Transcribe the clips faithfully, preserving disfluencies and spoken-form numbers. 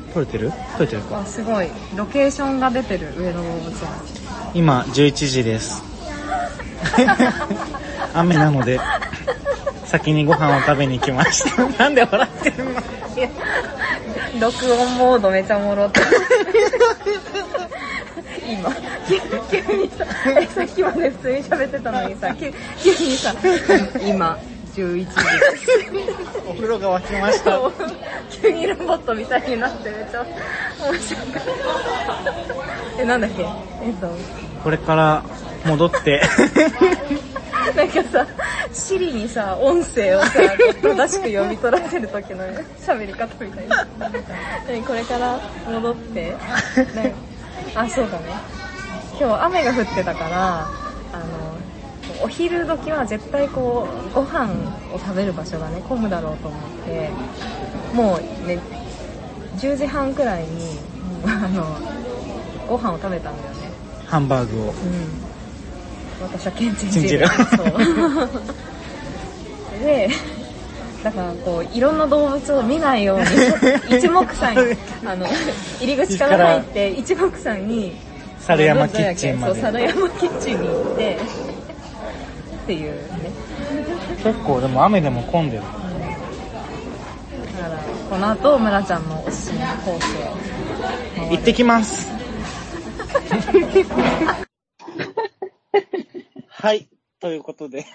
撮れてる撮れてるか。 あ、すごい。ロケーションが出てる、上野動物園。 今、じゅういちじです。雨なので、先にご飯を食べに来ました。なんで笑ってるの？いや、 録音モードめちゃおもろって。今、急にさ、え、さっきまで普通に喋ってたのにさ、急急にさ、今、じゅういちじです。 お風呂が沸きました。 急にロボットみたいになってめっちゃ面白かった。え、なんだっけ？えっと、 これから戻って。 なんかさ、シリにさ、音声をさ、正しく読み取らせる時の喋り方みたいな。これから戻って、あ、そうだね。今日雨が降ってたから、あの、お昼時は絶対こう、ご飯を食べる場所がね、混むだろうと思って、もうね、じゅうじはんくらいに、あの、ご飯を食べたんだよね。 ハンバーグを。うん。 私はケンチンジル。そう。で、だからこういろんな動物を見ないように一目散にあの入り口から入って一目散に猿山キッチンまで。 そう、猿山キッチンに行ってっていうね。 結構でも雨でも混んでる。だからこの後村ちゃんのおすすめコースを行ってきます。はい、ということで。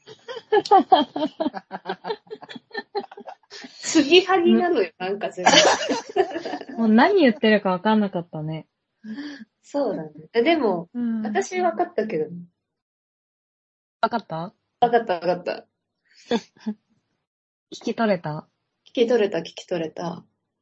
継ぎはぎなのよ、なんか全部。 もう何言ってるか分かんなかったね。 そうだね。でも、うん、私分かったけど。 分かった？ 分かった分かった。 聞き取れた？ 聞き取れた聞き取れた。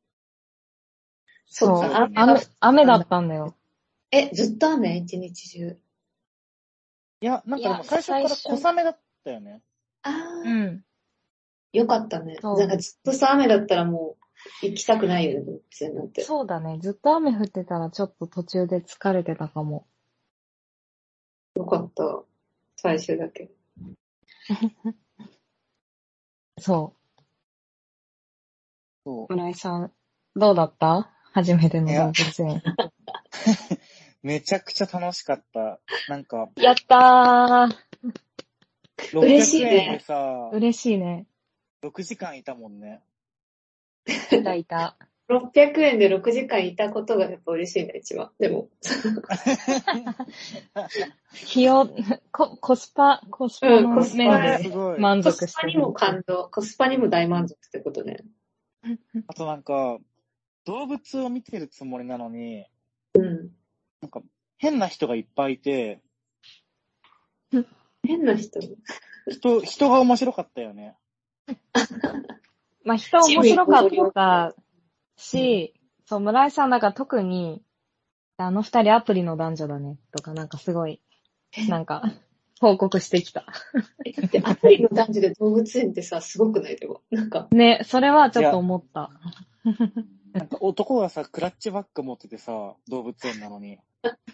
そう、雨, 雨, 雨だったんだよ。 え、ずっと雨？一日中。 いや、なんかでも最初から小雨だったよね。 ああ。 うん。 よかったね。なんかずっとさ、雨だったらもう行きたくないよね、動物園なんて。 そうだね。ずっと雨降ってたらちょっと途中で疲れてたかも。 よかった。最終だけ。 そう。そう。村井さん、どうだった？初めての動物園。 めちゃくちゃ楽しかった。なんか。 やったー。 嬉しいね。 嬉しいね。 ろくじかんいたもんね。 いたいた。 ろっぴゃくえんでろくじかんいたことがやっぱ嬉しいね、一番。でも。 費用、コ、コスパ、コスパの面で満足してる。 コスパにも感動。コスパにも大満足ってことね。 あとなんか、動物を見てるつもりなのに、 うん。 なんか、変な人がいっぱいいて、 変な人人、人が面白かったよね。 まあ、人面白かったし、そう、村井さんだから特に、あの二人アプリの男女だね、とかなんかすごい、なんか、報告してきた。 で、アプリの男女で動物園ってさ、すごくないでも。なんか。 ね、それはちょっと思った。 なんか男がさ、クラッチバッグ持っててさ、動物園なのに。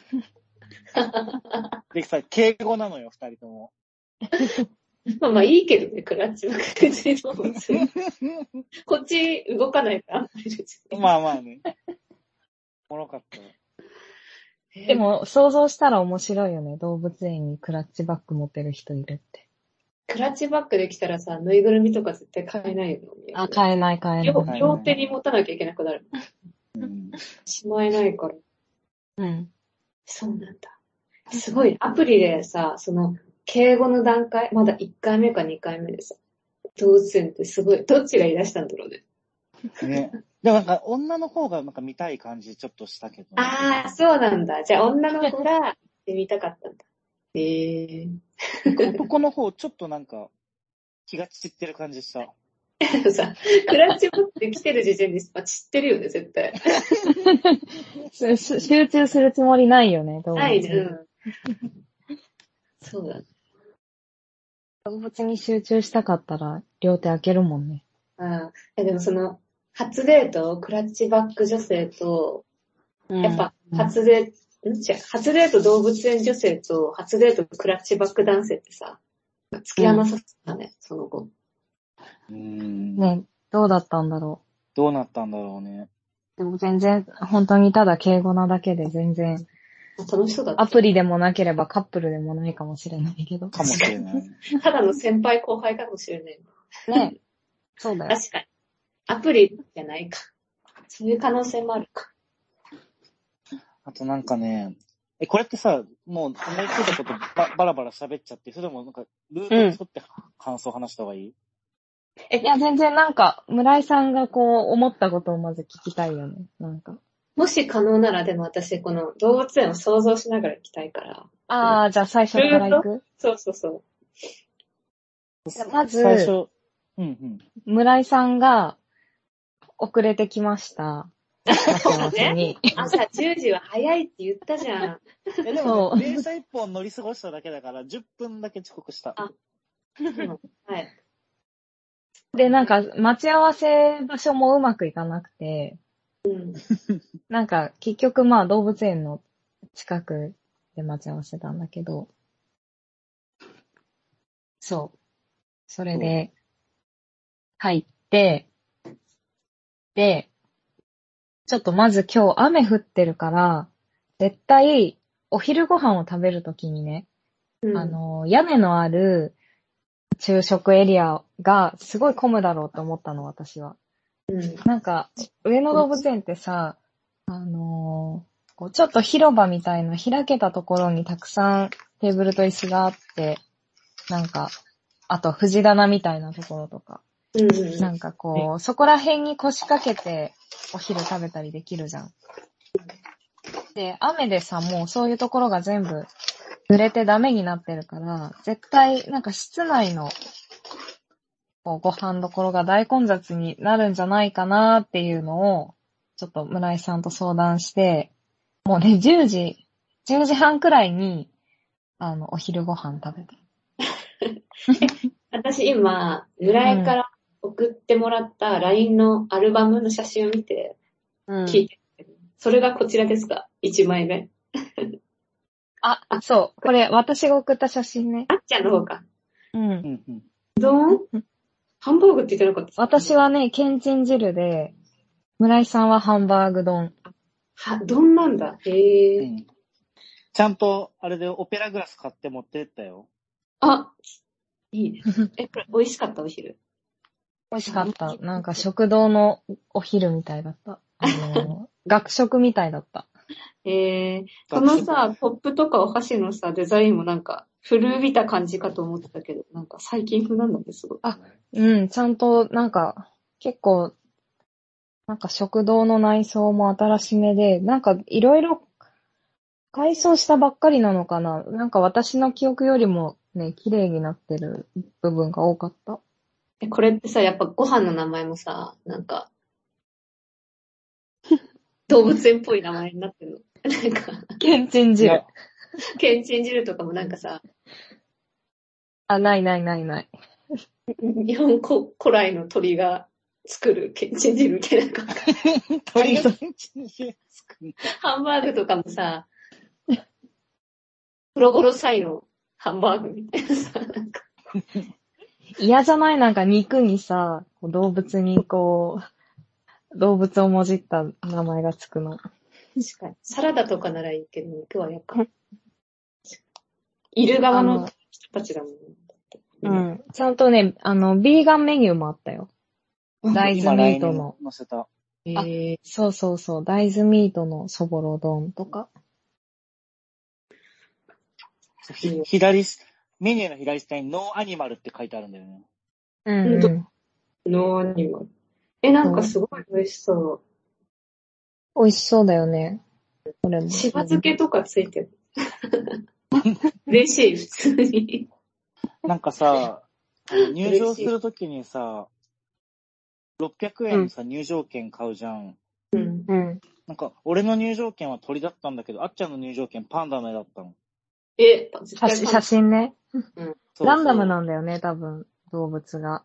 でさ、敬語なのよ、二人とも。 まあまあいいけどね、クラッチバッグ別に動物園。こっち動かないから。 まあまあね。おもろかった。 でも、想像したら面白いよね。動物園にクラッチバッグ持ってる人いるって。 クラッチバッグできたらさ、ぬいぐるみとか絶対買えないよね。 あ、買えない買えない。 両手に持たなきゃいけなくなる。うん、しまえないから。 うん。 そうなんだ。すごい、アプリでさ、その、敬語の段階、まだいっかいめかにかいめでさ、動物園ってすごい、どっちが言い出したんだろうね。 ね。でもなんか女の方がなんか見たい感じちょっとしたけど、ね。 ああ、そうなんだ。じゃあ女の子が見たかったんだ。へえー。 男の方ちょっとなんか気が散ってる感じした。 さ、クラッチ持って来てる時点で散ってるよね、絶対。 集中するつもりないよね、動物に。 ない、うん。そうだ。 動物に集中したかったら両手開けるもんね。 ああ、でもその、初デート、クラッチバック女性と、うん、やっぱ初デート、ん違う、初デート動物園女性と初デートクラッチバック男性ってさ、付き合わなさそうだね、うん、その後。 うーん。 ね、どうだったんだろう。どうなったんだろうね。 でも全然、本当にただ敬語なだけで全然、 楽しそうだった。 アプリでもなければカップルでもないかもしれないけど。 かもしれない。 ただの先輩後輩かもしれない。 ね。そうだよ。 確かに。アプリじゃないか。そういう可能性もあるか。 あとなんかね、え、これってさ、もう思いついたことばバラバラ喋っちゃって、それでもなんか、ルートに沿って感想話した方がいい？ え、いや、全然なんか、村井さんがこう、思ったことをまず聞きたいよね。なんか。 もし可能なら、でも私、この動物園を想像しながら行きたいから。 あー、じゃあ最初から行く？ そうそうそう。 まず、 最初、うんうん。 村井さんが遅れてきました。待ってますに。 朝じゅうじは早いって言ったじゃん。 え、でもね、電車一本乗り過ごしただけだから、じゅっぷんだけ遅刻した。 あ、うん、はい。 で、なんか、待ち合わせ場所もうまくいかなくて、 うん、 なんか、結局まあ動物園の近くで待ち合わせたんだけど、そう。それで、入って、で、ちょっとまず今日雨降ってるから、絶対、お昼ご飯を食べるときにね、 うん、 あの、屋根のある昼食エリアがすごい混むだろうと思ったの、私は。 うん、 なんか、上野動物園ってさ、あのーこうちょっと広場みたいな開けたところにたくさんテーブルと椅子があって、なんか、あと藤棚みたいなところとか、 うん、 なんかこう、そこら辺に腰掛けてお昼食べたりできるじゃん。で、雨でさ、もうそういうところが全部濡れてダメになってるから、絶対なんか室内のこうご飯どころが大混雑になるんじゃないかなっていうのを、ちょっと村井さんと相談して、もうね、じゅうじ、じゅうじはんくらいに、あの、お昼ご飯食べて。 私今、村井から送ってもらった ライン のアルバムの写真を見て、聞いて、うん、それがこちらですか？ いち 枚目。 あ、そう。これ、私が送った写真ね。 あっちゃんの方か。 うん。 うどんハンバーグって言ってなかった？ 私はね、けんちん汁で、村井さんはハンバーグ丼。 は、丼なんだ。へぇ、うん。 ちゃんと、あれでオペラグラス買って持ってったよ。 あ、いいね。え、これ美味しかったお昼。 美味しかった。なんか食堂のお昼みたいだった。あの、学食みたいだった。 えー、このさ、ポップとかお箸のさ、デザインもなんか、古びた感じかと思ってたけど、なんか最近風なんだね、すごい。 あ、うん、ちゃんと、なんか、結構、なんか食堂の内装も新しめで、なんかいろいろ改装したばっかりなのかな。なんか私の記憶よりもね、綺麗になってる部分が多かった。 え、これってさ、やっぱご飯の名前もさ、なんか、動物園っぽい名前になってるの。なんか、 けんちん汁。 けんちん汁とかもなんかさ、 あ、ないないないない。 日本古来の鳥が作るけんちん汁みたいな。 鳥がけんちん汁作る。 ハンバーグとかもさ、プロゴロサイのハンバーグみたいなさ、なんか。 嫌じゃない？なんか肉にさ、動物にこう、動物をもじった名前がつくの。 確かに。サラダとかならいいけど、肉はやっぱ。いる側の人たちだもんね。 うん。ちゃんとね、あの、ビーガンメニューもあったよ。大豆ミートの。 乗せた。 えー、そうそうそう。大豆ミートのそぼろ丼とか。 ひ左、メニューの左下にノーアニマルって書いてあるんだよね。 うん、うん。 ノーアニマル。え、なんかすごい美味しそう。 美味しそうだよね。これも。 しば漬けとかついてる。嬉しい、普通に。 なんかさ、入場するときにさ、ろっぴゃくえんのさ、うん、入場券買うじゃん。 うん。うん。 なんか、俺の入場券は鳥だったんだけど、あっちゃんの入場券パンダの絵だったの。 え、 写写真ね。 うん。そうそうランダムなんだよね、多分、動物が。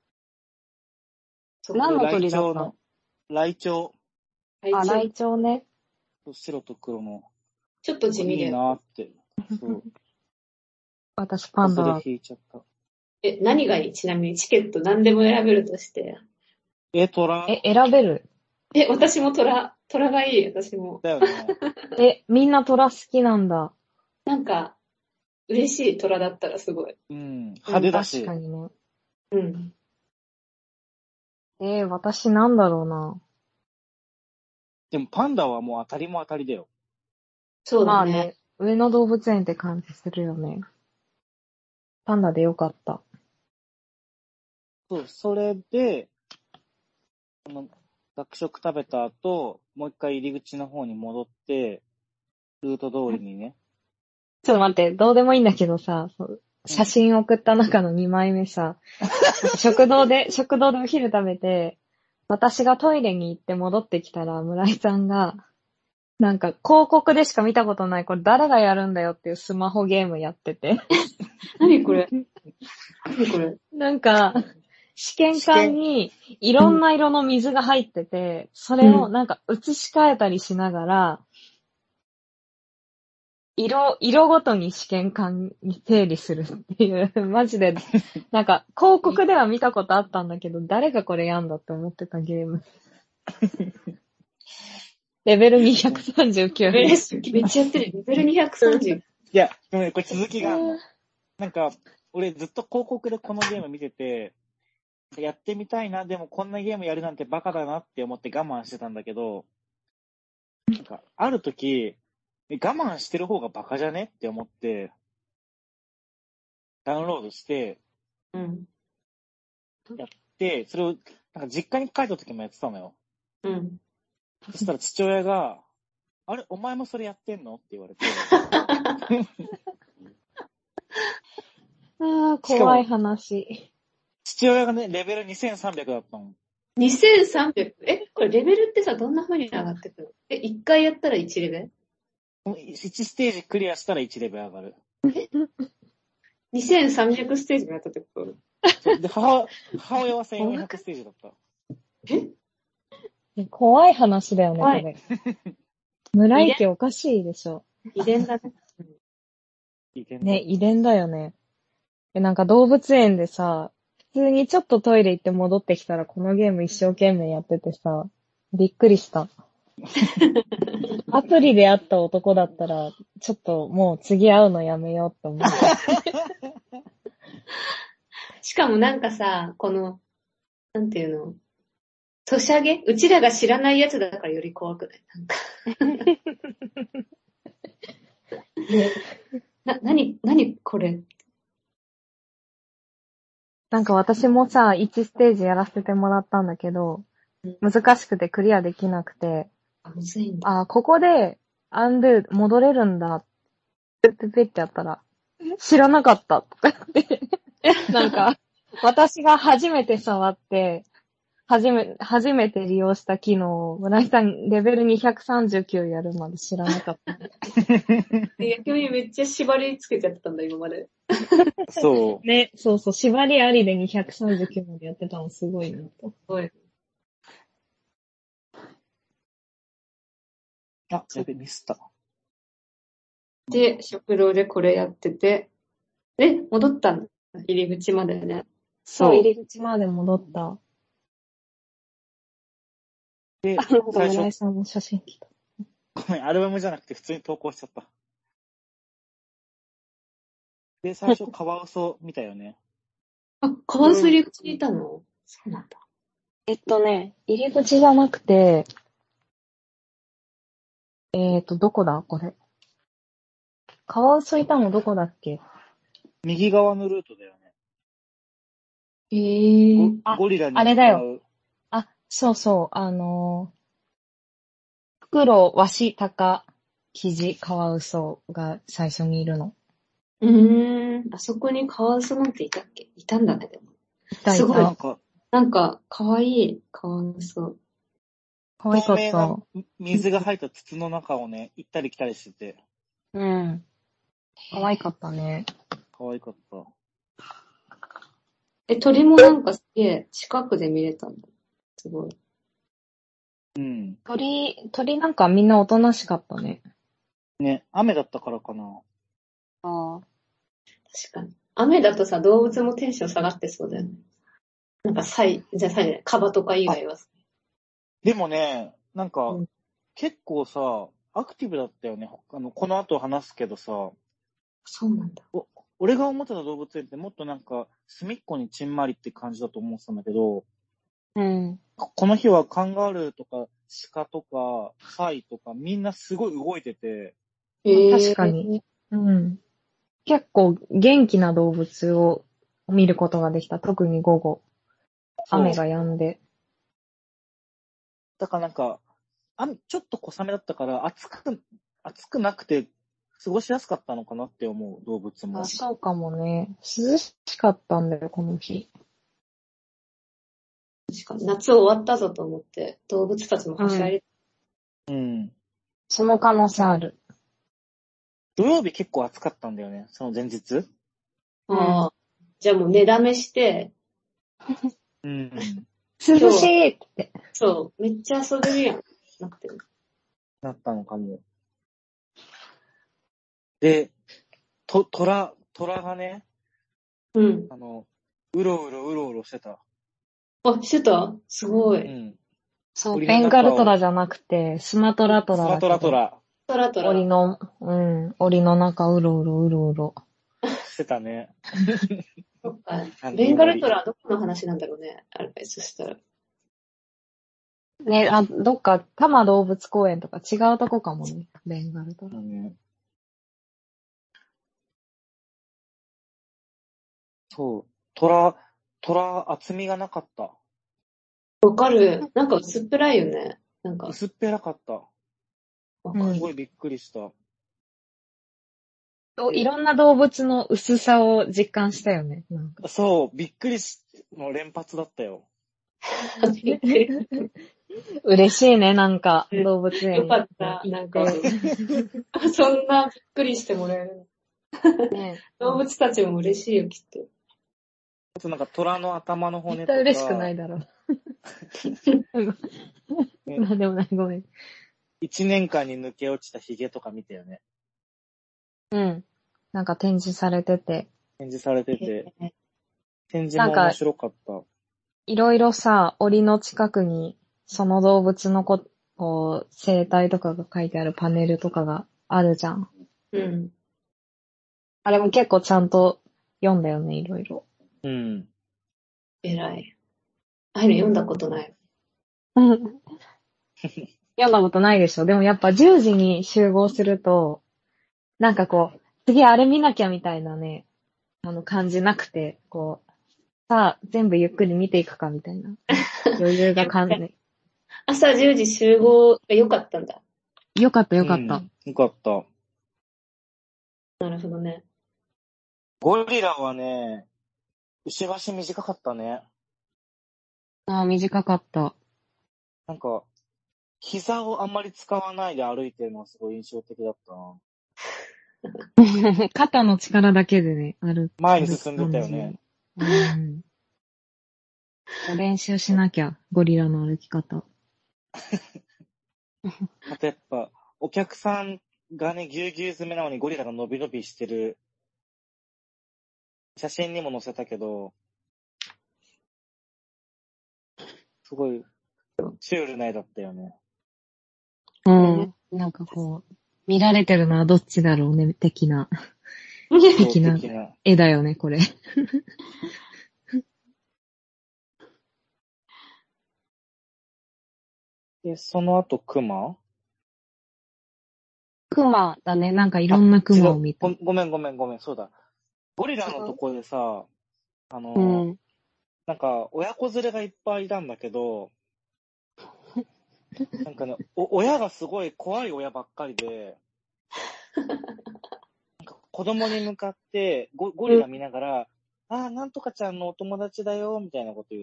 何の鳥だったの？ ライチョウ。 あ、ライチョウね。 白と黒の。 ちょっと地味で。 いいなって。そう。 私パンダ。 それ引いちゃった。 え、何がいい？ちなみにチケット何でも選べるとして。 え、トラえ、選べる？ え、私も虎、虎がいい、私も。 だよね。 え、みんな虎好きなんだ。 なんか、嬉しい虎だったらすごい。 うん。派手だし。 確かにね。 うん。 えー、私なんだろうな。 でもパンダはもう当たりも当たりだよ。 そうだね。 まあね、上野動物園って感じするよね。パンダでよかった。 そう、それで、あの、学食食べた後、もう一回入り口の方に戻って、ルート通りにね。 ちょっと待って、どうでもいいんだけどさ、そう写真送った中のにまいめさ、食堂で、食堂でお昼食べて、私がトイレに行って戻ってきたら、村井さんが、なんか広告でしか見たことない、これ誰がやるんだよっていうスマホゲームやってて。 何これ何これなんか、試験管にいろんな色の水が入ってて、それをなんか移し替えたりしながら、色、色ごとに試験管に整理するっていう、マジで、なんか広告では見たことあったんだけど、誰がこれやんだって思ってたゲーム。レベルにひゃくさんじゅうきゅう。 めっちゃやってる。レベルにひゃくさんじゅう。 いや、でもね、これ続きがあるの。なんか、俺ずっと広告でこのゲーム見てて、やってみたいな、でもこんなゲームやるなんてバカだなって思って我慢してたんだけど、なんか、ある時、我慢してる方がバカじゃねって思って、ダウンロードして、 うん。 やって、それを、なんか実家に帰った時もやってたのよ。 うん。 そしたら父親が、あれ、お前もそれやってんのって言われて。 ああ、怖い話。 父親がね、レベルにせんさんびゃくだったの。 にせんさんびゃく? え、これレベルってさ、どんな風に上がってくるの？え、いっかいやったらいちレベル？ いちステージクリアしたらいちレベル上がる。 にせんさんびゃくステージもやったってことで母、母親はせんよんひゃくステージだった。 え怖い話だよね、こ怖いれ。村井家おかしいでしょ。 遺伝だね。 いけんね、遺伝だよね。え、なんか動物園でさ、普通にちょっとトイレ行って戻ってきたらこのゲーム一生懸命やっててさ、びっくりした。アプリで会った男だったら、ちょっともう次会うのやめようって思った。 しかもなんかさ、この、なんていうの、ソシャゲ？うちらが知らないやつだからより怖くない？なんかな、なに、なにこれ？ なんか私もさ、いちステージやらせてもらったんだけど、難しくてクリアできなくて、 あ、むずいんだ。 あ、ここでアンドゥ戻れるんだ、ペペペってやったら、知らなかったとか言って、なんか、私が初めて触って、初め、初めて利用した機能を、村井さんレベルにひゃくさんじゅうきゅうやるまで知らなかった。 逆にめっちゃ縛りつけちゃってたんだ、今まで。 そう。 ね、そうそう、縛りありでにひゃくさんじゅうきゅうまでやってたのすごいなと。 すごい。 あ、やべ、ミスった。 で、食堂でこれやってて、で、戻ったんだ。入り口までね。 そう、入り口まで戻った。 で、 あ、なんか最初、 村井さんの写真来た。 ごめん、アルバムじゃなくて普通に投稿しちゃった。で、最初、カワウソ見たよね。 あ、カワウソ入り口にいたの？そうなんだ。 えっとね、入り口じゃなくて、えっと、どこだこれ。カワウソいたのどこだっけ？ 右側のルートだよね。 へー。 ゴゴリラにあれだよ。あ、そうそう、あのー、フクロウ、ワシ、タカ、キジ、カワウソが最初にいるの。 うーん。あそこにカワウソなんていたっけ？いたんだね、でも。 いたいすごい。 なんた。 か、 なんか、かわいいカワウソ。 かわいかっ透明た。 な水が入った筒の中をね、行ったり来たりしてて、 うん。かわいかったね。 可愛かった。 え、鳥もなんかすげえ近くで見れたんだ。すごい。 うん。 鳥、鳥なんかみんなおとなしかったね。 ね、雨だったからかな。 ああ。 確かに。雨だとさ、動物もテンション下がってそうだよね。なんかサイ、じゃあサイじゃない、カバとか以外は。 でもね、なんか、 うん結構さ、アクティブだったよね。あの、この後話すけどさ、 そうなんだ。 俺が思ってた動物園ってもっとなんか、隅っこにちんまりって感じだと思ってたんだけど、 うん。 ここの日はカンガルーとか、鹿とか、サイとか、みんなすごい動いてて、 確かに。うん。結構元気な動物を見ることができた。特に午後。 そう雨が止んで。 だからなんか、あちょっと小雨だったから、暑く、暑くなくて、過ごしやすかったのかなって思う、動物もあ、。そうかもね。涼しかったんだよ、この日。 確かに夏終わったぞと思って、動物たちもはしゃいで、 うん。 その可能性ある。 土曜日結構暑かったんだよね、その前日。 ああ、じゃあもう寝だめして、 うん。 涼しいって。 そう、めっちゃ遊べるやん。なってる。 なったのかも。で、と、虎、虎がね、 うん。 あの、うろうろうろうろしてた。 あ、してたすごい。 うん。 そう、 檻の中をベンガルトラじゃなくて、スマトラトラだけど。 スマトラトラトラトラ。 檻の、うん、檻の中うろうろうろうろ。 してたね。 そっかあのベンガルトラはどこの話なんだろうね。あれ、そしたら。 ね、あ、どっか、多摩動物公園とか違うとこかもね、ベンガルトラ。 うんそう。虎、虎、厚みがなかった。 わかる。なんか薄っぺらいよね。なんか、 薄っぺらかった。 わうんかる。 すごいびっくりした。 おいろんな動物の薄さを実感したよね。なんかそう、びっくりし、の連発だったよ。 嬉しいね、なんか、動物園よかった。 行なんか、 って。 そんなびっくりしてもらえる。 ね、 動物たちも嬉しいよ、きっと。 あとなんか虎の頭の骨絶とか。 対嬉しくないだろう。 ねまあでもない、ごめん。 一年間に抜け落ちたヒゲとか見たよね。 うん。なんか展示されてて。 展示されてて。 へー展示も面白かった。 いろいろさ、檻の近くに、その動物のこ、こう、生態とかが書いてあるパネルとかがあるじゃん。 うん。 あれも結構ちゃんと読んだよね、いろいろ。 うん。 偉い。ああいうの読んだことない。 読んだことないでしょ。でもやっぱじゅうじに集合すると、なんかこう、次あれ見なきゃみたいなね、あの感じなくて、こう、さあ、全部ゆっくり見ていくかみたいな余裕が感じ、 朝じゅうじ集合が良かったんだ。 よかったよかった。 うんよかった。 なるほどね。 ゴリラはね、牛足短かったね。 ああ、短かった。 なんか、膝をあんまり使わないで歩いてるのがすごい印象的だったな。 肩の力だけでね、歩前に進んでたよね。 うん。練習しなきゃ、ゴリラの歩き方。 あとやっぱ、お客さんがね、ぎゅうぎゅう詰めなのにゴリラが伸び伸びしてる、写真にも載せたけど、すごい、シュールな絵だったよね。 うん。なんかこう、見られてるのはどっちだろうね、的な、 そう的な的な。 絵だよね、これ。 で、その後、クマクマだね、なんかいろんなクマを見た。 ごごめんごめんごめん、そうだ。ゴリラのとこでさ、あの、 うん。 なんか、親子連れがいっぱいいたんだけど、なんかね、お親がすごい怖い親ばっかりで、なんか子供に向かってゴ、ゴリラ見ながら、ああ、なんとかちゃんのお友達だよ、みたいなこと言って、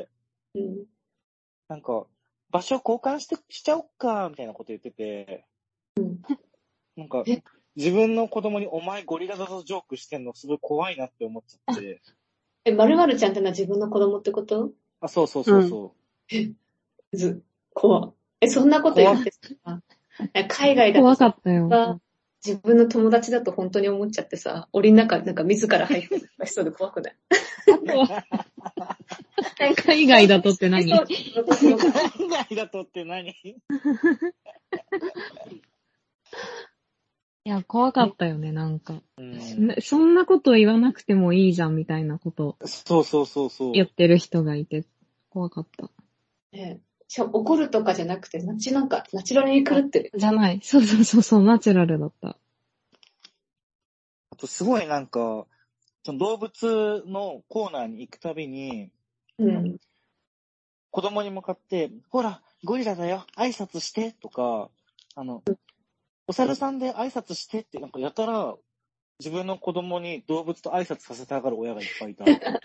うん。 なんか、場所交換して、しちゃおっか、みたいなこと言ってて、 うんなんかえ、 自分の子供にお前ゴリラだぞジョークしてんのすごい怖いなって思っちゃって。 え、まるまるちゃんってのは自分の子供ってこと？ あ、そうそうそうそう。 ず、怖。え、そんなこと言ってさ、海外だと怖かさ、 ったよ。 自分の友達だと本当に思っちゃってさ、檻の中なんか自ら入ってる人で怖くない？ あとは、 海外だとって何？ そう海外だとって何？ いや、怖かったよね、なんか。 うんそんなこと言わなくてもいいじゃんみたいなことそうそうそうそう。 言ってる人がいて、怖かった。 ね、しかも怒るとかじゃなくて、ナチなんか、ナチュラルに狂ってる。 じゃない。そうそうそうそう、ナチュラルだった。 あとすごいなんか、その動物のコーナーに行くたびに、 うん。 子供に向かって、ほら、ゴリラだよ、挨拶してとか、あの、お猿さんで挨拶してって、なんかやたら、自分の子供に動物と挨拶させたがる親がいっぱいいた。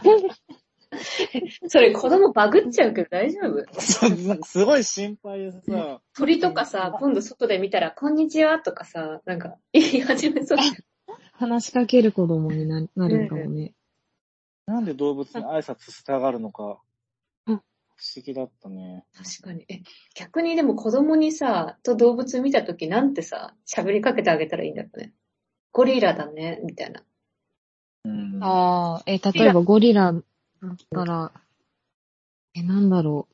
それ子供バグっちゃうけど大丈夫？ そうなんかすごい心配でさ。 鳥とかさ、今度外で見たら、こんにちはとかさ、なんか、言い始めそう。 話しかける子供にななるかもね。 なんで動物に挨拶させたがるのか、 うん不思議だったね。 確かに。え、逆にでも子供にさ、と動物見たときなんてさ、喋りかけてあげたらいいんだろうね。ゴリラだね、みたいな。 うん。 ああ、え、例えばゴリラだったら、え、なんだろ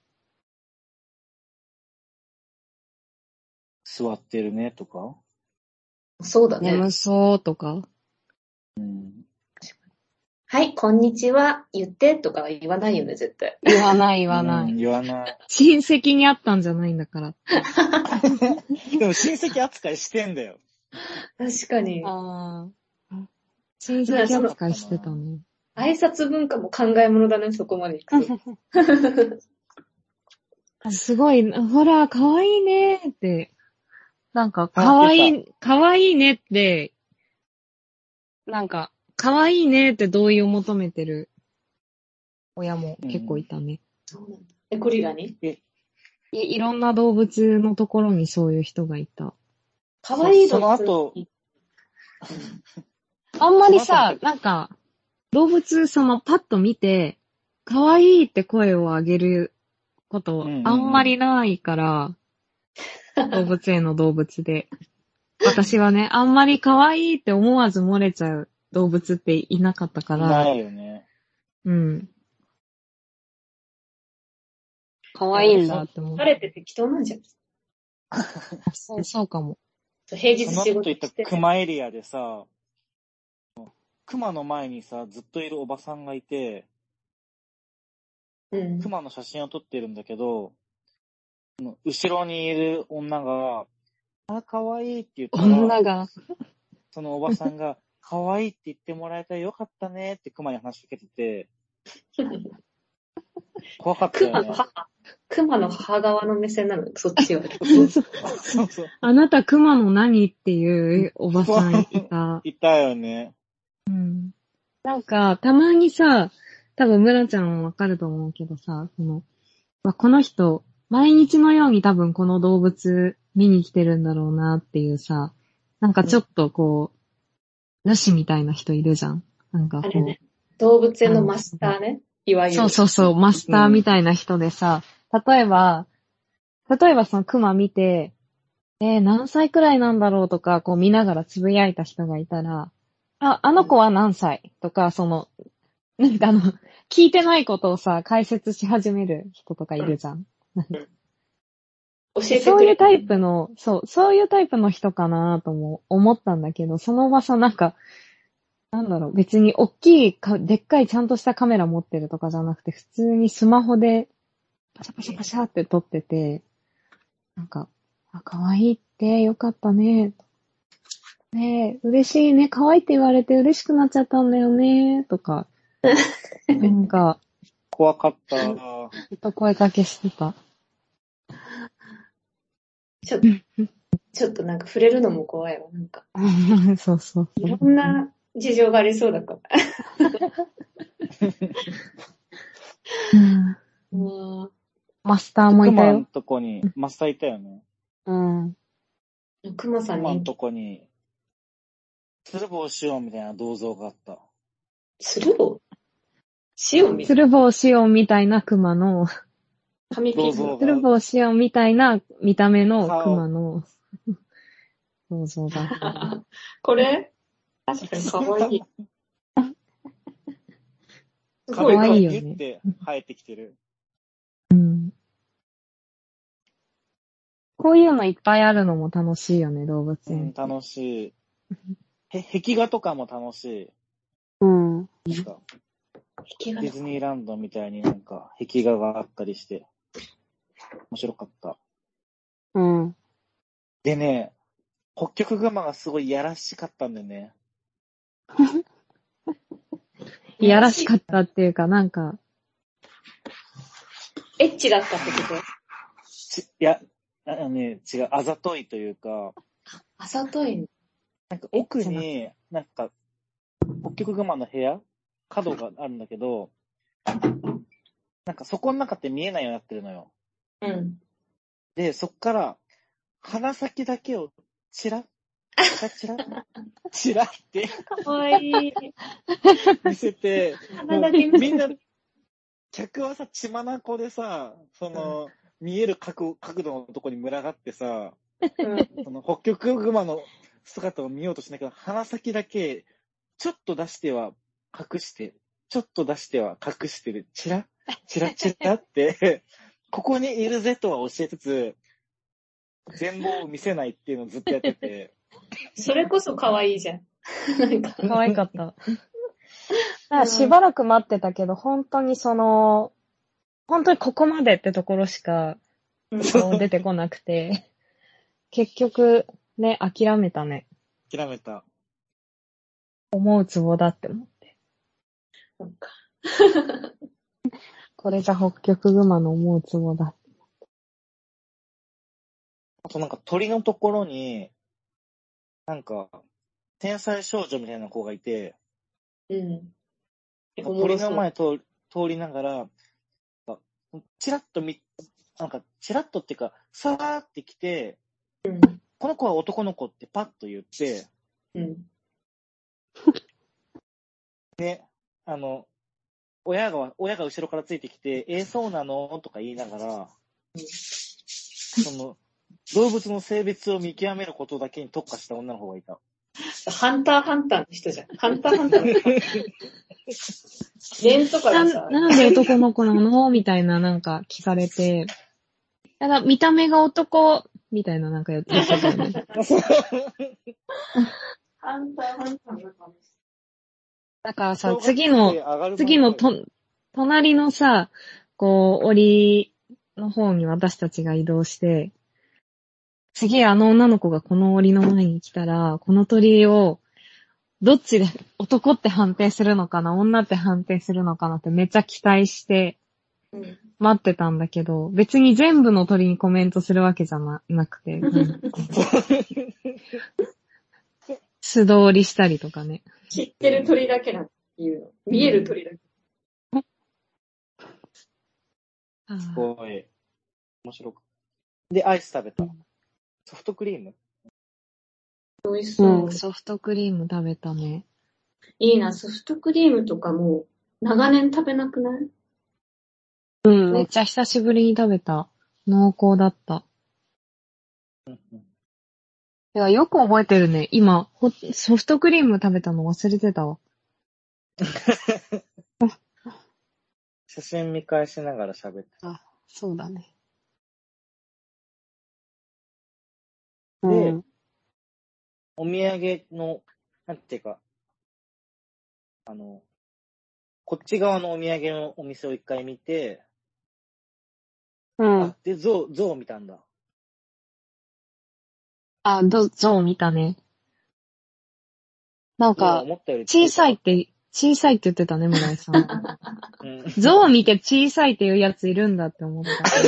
座ってるねとか。 う。 そうだね。 眠そうとか。 うん。 はい、こんにちは、言ってとかは言わないよね、絶対。 言わない言わなうんい。 言わない。 親戚に会ったんじゃないんだから。 でも親戚扱いしてんだよ。 確かに。 ああ。親戚扱いしてたね。 挨拶文化も考え物だね、そこまで行くと。 すごい、ほら、かわいいねって。なんか、かわいい、かわいいねって、なんか、かわいいねって同意を求めてる親も結構いたね。 そうなんだ。え、ゴリラにい、いろんな動物のところにそういう人がいた。 かわいいそ動物。 その後、 あんまりさその、 なんか、動物そのパッと見て、かわいいって声を上げることあんまりないから、動物園の動物で。私はね、あんまりかわいいって思わず漏れちゃう動物っていなかったから。 ないよね。 うん。かわいいんだって思って。 慣れて適当なんじゃん。 そう、そうかも。 平日仕事その後言った熊エリアでさ、熊の前にさ、ずっといるおばさんがいて、 うん、 熊の写真を撮ってるんだけど、後ろにいる女が、あ、かわいいって言ったら、 女が、 そのおばさんが、かわいいって言ってもらえたらよかったねって熊に話しかけてて、怖かったよね。 熊の母、熊の母側の目線なの、そっちは。 そうそう。 あなた熊の何っていうおばさんいた。 いたよね。 うん。なんか、たまにさ、多分村ちゃんもわかると思うけどさ、その、この人、毎日のように多分この動物見に来てるんだろうなっていうさ、なんかちょっとこう、主みたいな人いるじゃん。なんかこう。 あれね、動物園のマスターね。いわゆる。 そうそうそう、マスターみたいな人でさ、うん、例えば、例えばそのクマ見て、えー、何歳くらいなんだろうとか、こう見ながらつぶやいた人がいたら、あ、あの子は何歳とか、その、なんかあの、聞いてないことをさ、解説し始める人とかいるじゃん。 教えてくれ。 そういうタイプの、そう、そういうタイプの人かなとも思ったんだけど、そのおばさんなんか、なんだろう、別に大きいか、でっかいちゃんとしたカメラ持ってるとかじゃなくて、普通にスマホで、パシャパシャパシャって撮ってて、なんか、あ、かわいいってよかったね。ねえ、嬉しいね。かわいいって言われて嬉しくなっちゃったんだよね。とか、なんか、 怖かった。 ずっと声かけしてた。 ちょっと、ちょっとなんか触れるのも怖いわ、なんか。 そうそうそう。 いろんな事情がありそうだから。 うん、マスターもいたよ。 クマのとこに、マスターいたよね。 うん。 クマさんに。 クマのとこに、鶴房しおんみたいな銅像があった。 鶴房しおんみたいな。 鶴房しおんみたいなクマの、 紙ピン鶴房しおんみたいな見た目のクマの銅像があった。 これ確かにかわいい。 すごい壁からいよねギュって生えてきてる。 うん。こういうのいっぱいあるのも楽しいよね、動物うん、 園。 楽しい。へ、壁画とかも楽しい。 うん。 なんか、 壁画だディズニーランドみたいになんか壁画があったりして、面白かった。 うん。 でね、ホッキョクグマがすごいやらしかったんだよね。 いやらしかったっていうか、なんか、 エッチだったってことち、いや、あのね、違う、あざといというか、 あざといの。 なんか奥に、なんか、ホッキョクグマの部屋角があるんだけど、なんかそこの中って見えないようになってるのよ。 うん。 で、そっから、鼻先だけをチラッ、チラチラッ、チラってかわいい。 見せて、もう鼻だけ見せてみんな、客はさ、血眼でさ、その、見える角角度のとこに群がってさ、 うん。 そのホッキョクグマの姿を見ようとしないけど、鼻先だけ、ちょっと出しては隠して、ちょっと出しては隠してる。チラチラチラって、ここにいるぜとは教えつつ、全貌を見せないっていうのをずっとやってて。 それこそ可愛いじゃん。なんか。 可愛かった。だからしばらく待ってたけど、本当にその、本当にここまでってところしかこう出てこなくて、結局ね、諦めたね。 諦めた。 思うツボだって思って。 そっか。 これがホッキョクグマの思うツボだ。 あとなんか鳥のところに、なんか、天才少女みたいな子がいて、 うん。 鳥の前通通りながら、チラッと見、なんか、チラッとっていうか、さーって来て、 うん。 この子は男の子ってパッと言って、 うん。 ね、あの、親が、親が後ろからついてきて、えー、そうなのとか言いながら、その、動物の性別を見極めることだけに特化した女の子がいた。 ハンターハンターの人じゃん。ハンターハンターの人。レンとかなでさ。 なんで男の子なのみたいななんか聞かれて、ただ見た目が男、みたいななんか言ってたよね。 ハンターハンターのかもしだからさ、次の、次のと、 と、隣のさ、こう、檻の方に私たちが移動して、次あの女の子がこの檻の前に来たら、この鳥を、どっちで男って判定するのかな、女って判定するのかなってめっちゃ期待してれない。 待ってたんだけど、別に全部の鳥にコメントするわけじゃななくて、素通りしたりとかね。 知ってる鳥だけなっていうの。見える鳥だけ。 すごい。面白く。で、アイス食べた。ソフトクリーム美味しそうう。 ん、ソフトクリーム食べたね。 いいな、ソフトクリームとかも長年食べなくない？ うん、めっちゃ久しぶりに食べた。濃厚だった。 うんうん。 いや、よく覚えてるね。今、ほソフトクリーム食べたの忘れてたわ。 写真見返しながら喋って。 あ、そうだね。 で、 うんお土産の、なんていうか、あの、こっち側のお土産のお店を一回見て、 うんあ、。で、ゾウ、ゾウを見たんだ。 あ、ど、ゾウ見たね。なんゾウはか、 思ったより小さいっ。て、小さいって言ってたね、村井さん。 うん。 ゾウを見て小さいっていうやついるんだって思った。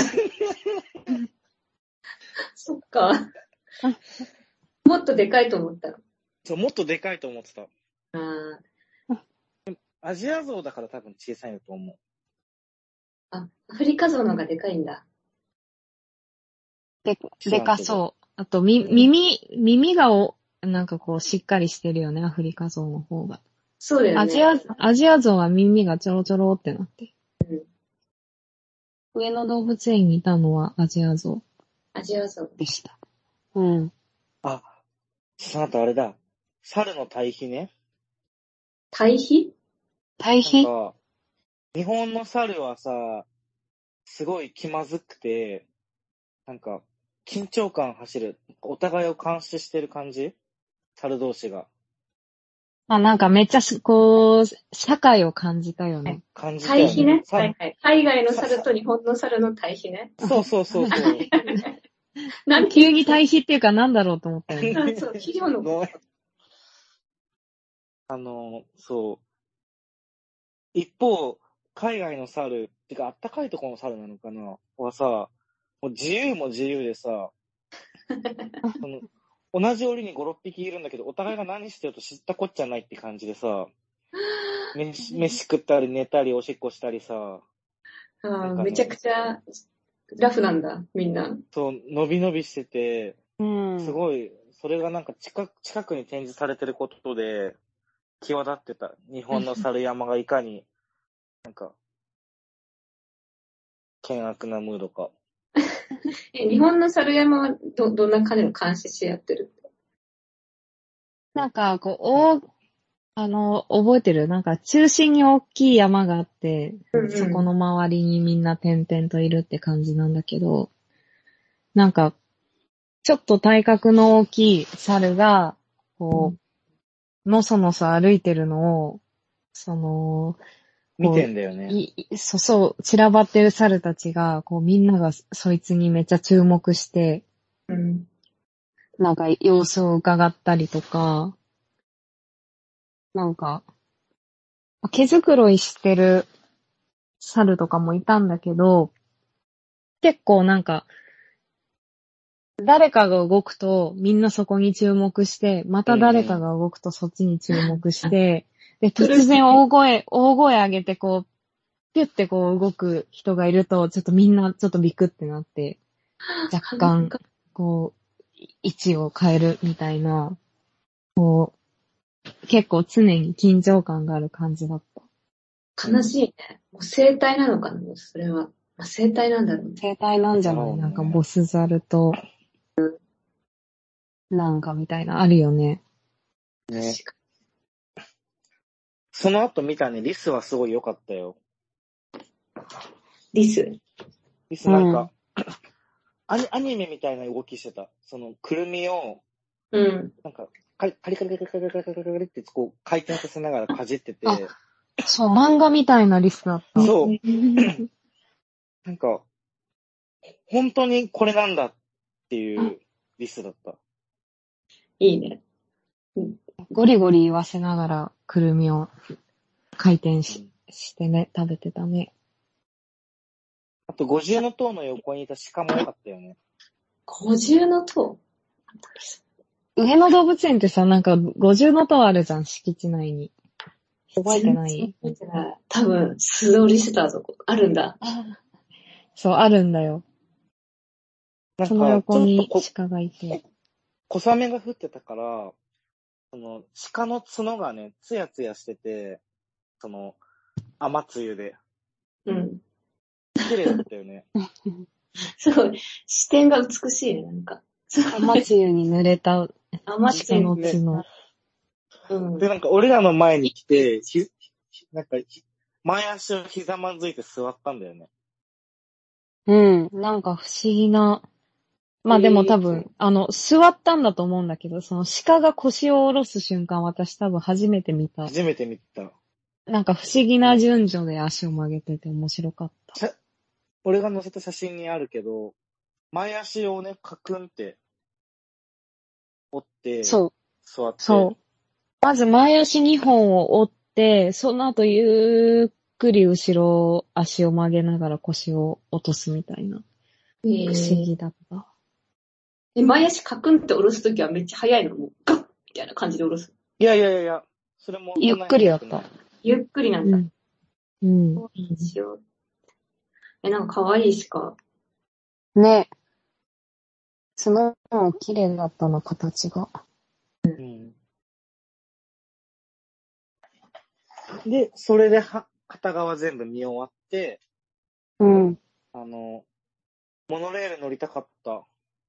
そっか。もっとでかいと思ったの。 そう、もっとでかいと思ってた。 あアジアゾウだから多分小さいのと思う。 あ、アフリカゾウの方がでかいんだ。 で、でかそう。あと、み、耳、耳がお、なんかこう、しっかりしてるよね、アフリカゾウの方が。 そうだよね。 アジア、アジアゾウは耳がちょろちょろってなって。上野動物園にいたのはアジアゾアジアゾウ。 ウでした。うん。 あ、その後あれだ。猿の対比ね。 対比？ なん対比か、 日本の猿はさ、すごい気まずくて、なんか、緊張感走る。お互いを監視してる感じ猿同士が。 あ、なんかめっちゃす、こう、社会を感じたよね。 感じたよね。 対比ね。 さはいはい。海外の猿と日本の猿の対比ね。 そうそうそうそう。 なん急に対比っていうかなんだろうと思ったよね。 あそう、肥料のごめんあの、そう。一方、海外の猿、てかあったかいところの猿なのかなはさ、もう自由も自由でさ、その同じ檻にご、ろっぴきいるんだけど、お互いが何してると知ったこっちゃないって感じでさ、飯飯食ったり寝たりおしっこしたりさ、 あなんかねーめちゃくちゃラフなんだ、みんな。 そう、伸び伸びしてて、 うん。 すごい、それがなんか近く近くに展示されてることで、際立ってた。日本の猿山がいかに、なんか、険悪なムードか。 え、日本の猿山はど、どんな感じの監視し合ってる？ なんか、こう、おあの、覚えてるなんか、中心に大きい山があって、 うんうんそこの周りにみんな点々といるって感じなんだけど、なんか、ちょっと体格の大きい猿が、こう、のそのそ歩いてるのを、その、 見こうてんだよね。 いいそうそう、散らばってる猿たちが、こうみんながそいつにめっちゃ注目して、 うん。 なんか様子を伺ったりとか、なんか、毛づくろいしてる猿とかもいたんだけど、結構なんか、誰かが動くとみんなそこに注目して、また誰かが動くとそっちに注目して、で、突然大声、大声上げてこう、ピュってこう動く人がいると、ちょっとみんなちょっとビクってなって、若干、こう、位置を変えるみたいな、こう、結構常に緊張感がある感じだった。 悲しいね。もう生態なのかな、それは。まあ、生態なんだろうね。 生態なんじゃない、 そうねなんかボスザルと、なんかみたいな、あるよね。 ね。その後見たね、リスはすごい良かったよ。 リス。 リスなんか、アニアニメみたいな動きしてた。その、くるみを、 うん。 なんか、カリカリカリカリカリカリカリカリカリってこう回転させながらかじってて、 あそう、漫画みたいなリスだった。 そう、なんか、本当にこれなんだっていうリスだった。 いいね。 ゴリゴリ言わせながら、くるみを回転し,、してね、食べてたね。 あと、五重の塔の横にいた鹿も良かったよね。 五重の塔。 上野動物園ってさ、なんか五重の塔あるじゃん、敷地内に。覚えてない覚えてない。多分、素通りしてたぞ。あるんだ。 そう、あるんだよ。 なんそのか、ちょっ横にとこ鹿がいて。 小雨が降ってたから、その、鹿の角がね、ツヤツヤしてて、その、雨露で。 うん。 綺麗だったよね。 すごい。視点が美しいね、なんか。 雨露に濡れた甘鹿の角。 うん。 で、なんか俺らの前に来て、ひ、なんか、前足をひざまずいて座ったんだよね。 うん、なんか不思議な。まあでも多分、あの、座ったんだと思うんだけど、その鹿が腰を下ろす瞬間、私多分初めて見た。 初めて見た。 なんか不思議な順序で足を曲げてて面白かった。 俺が載せた写真にあるけど、前足をね、カクンって折って、 そう。 座って。 そう。まず前足にほんを折って、その後ゆっくり後ろ足を曲げながら腰を落とすみたいな。不思議だった。 え、前足カクンって下ろすときはめっちゃ早いのもうガッみたいな感じで下ろす。 いやいやいやいや、それもゆっくりだった。 ゆっくりなんだ。 うん。 うん。いいしよう。え、なんか可愛い鹿。 ね。角も綺麗だったな、形が。 うん。で、それでは、片側全部見終わって、 うん。 あの、モノレール乗りたかった。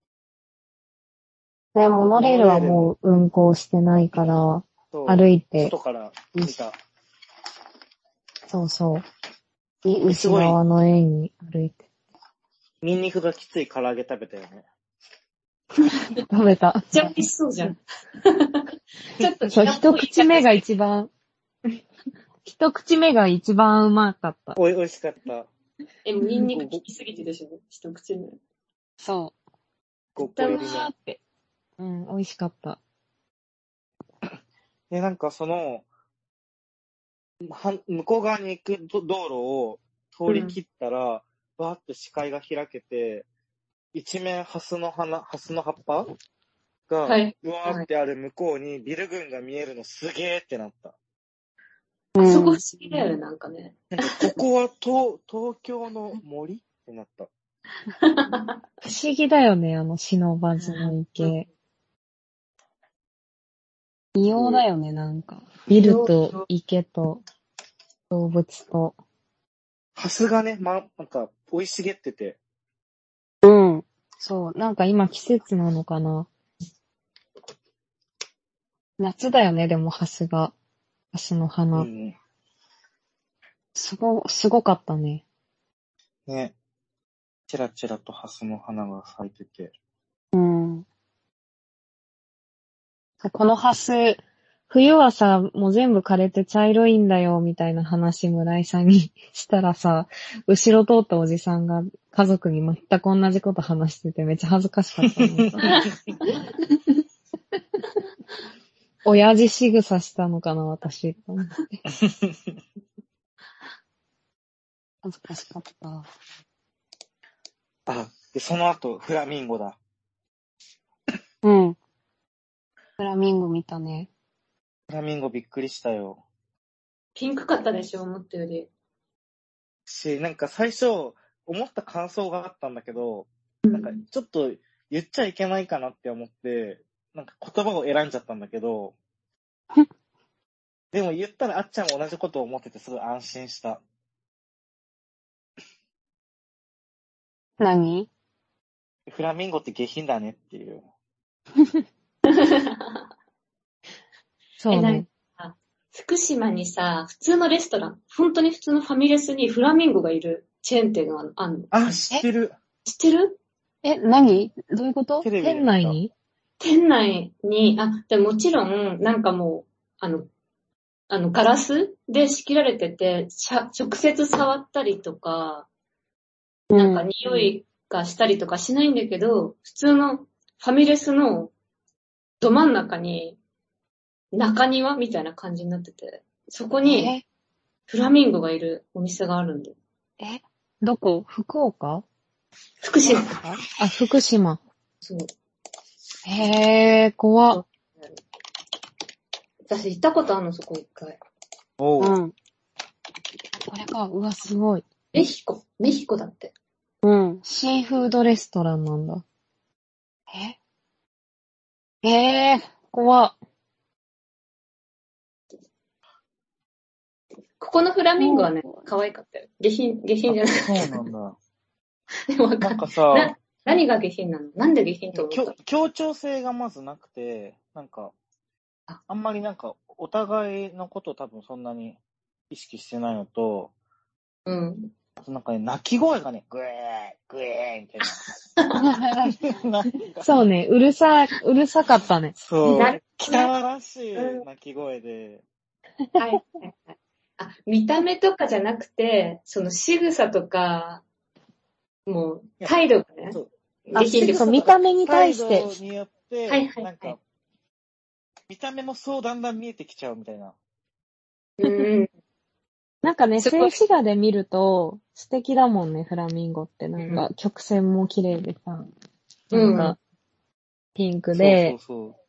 ね、モノレールはもう運行してないから、歩いて。 外から見た。 そうそう。 牛側の円に歩いて。 ニンニクがきつい唐揚げ食べたよね。 食べた。 めっちゃ美味しそうじゃん。ちょっとそう、一口目が一番、一口目が一番うまかった。 おい、美味しかった。 え、もうニンニク効きすぎてでしょ、一口目。 そう。 ごっこ入りーって。うん、美味しかった。 で、なんかその、は向こう側に行く道路を通り切ったら、バ、うん、ーって視界が開けて、一面ハスの花、ハスの葉っぱが、はい、うわーってある向こうにビル群が見えるのすげーってなった。 あそこ不思議だよね、なんかね。 なんかここは東、東京の森ってなった。 不思議だよね、あの不忍の池。異様だよね、なんか。ビルと池と動物と。 ハスがね、ま、なんか、生い茂ってて。 うん。そう、なんか今季節なのかな。夏だよね、でもハスが。ハスの花。うん、すご、すごかったね。 ね。チラチラとハスの花が咲いてて。 うん。このハス、冬はさ、もう全部枯れて茶色いんだよ、みたいな話村井さんにしたらさ、後ろ通ったおじさんが家族に全く同じこと話しててめっちゃ恥ずかしかったの。親父仕草したのかな、私。恥ずかしかった。 あ、で、その後、フラミンゴだ。 うん。フラミンゴ見たね。 フラミンゴびっくりしたよ。 ピンクかったでしょ、思ったより。 し、なんか最初、思った感想があったんだけど、うん、なんかちょっと言っちゃいけないかなって思って、なんか言葉を選んじゃったんだけど、でも言ったらあっちゃんも同じことを思っててすごい安心した。 何？ フラミンゴって下品だねっていう。 そうね。福島にさ、普通のレストラン、本当に普通のファミレスにフラミンゴがいるチェーン店があんの。 あ、知ってる。 知ってる？ え、何？どういうこと？店内に？ 店内に、あ、でもちろん、なんかもう、あの、あの、ガラスで仕切られてて、直接触ったりとか、なんか匂いがしたりとかしないんだけど、うん、普通のファミレスのど真ん中に、中庭みたいな感じになってて、そこにフラミンゴがいるお店があるんだよ。 え？どこ？福岡？ 福島。 あ、福島。 そう。 へー、怖っ。 私行ったことあるの、そこ一回。 おう。うん。 これか、うわ、すごい。 メヒコ。メヒコだって。 うん。シーフードレストランなんだ。ええー、怖っ。 ここのフラミンゴはね、可愛かったよ。下品、下品じゃない。 そうなんだ。 でもわかんなんかさな、何が下品なの？なんで下品と思った？ 協調性がまずなくて、なんか、あんまりなんか、お互いのことを多分そんなに意識してないのと、 うん。 なんかね、鳴き声がね、グエー、グエーみたいな。 そうね、うるさ、うるさかったね。 そう。汚らしい鳴き声で。 はい。あ、見た目とかじゃなくて、その仕草とか、もう、態度がね。 そう。 下品でそう、見た目に対して。 態度によって、はいはい、なんか、見た目もそうだんだん見えてきちゃうみたいな。 うん。 なんかね、静止画で見ると素敵だもんね、フラミンゴって。なんか、曲線も綺麗でさ、なんか、ピンクで、そうそうそう、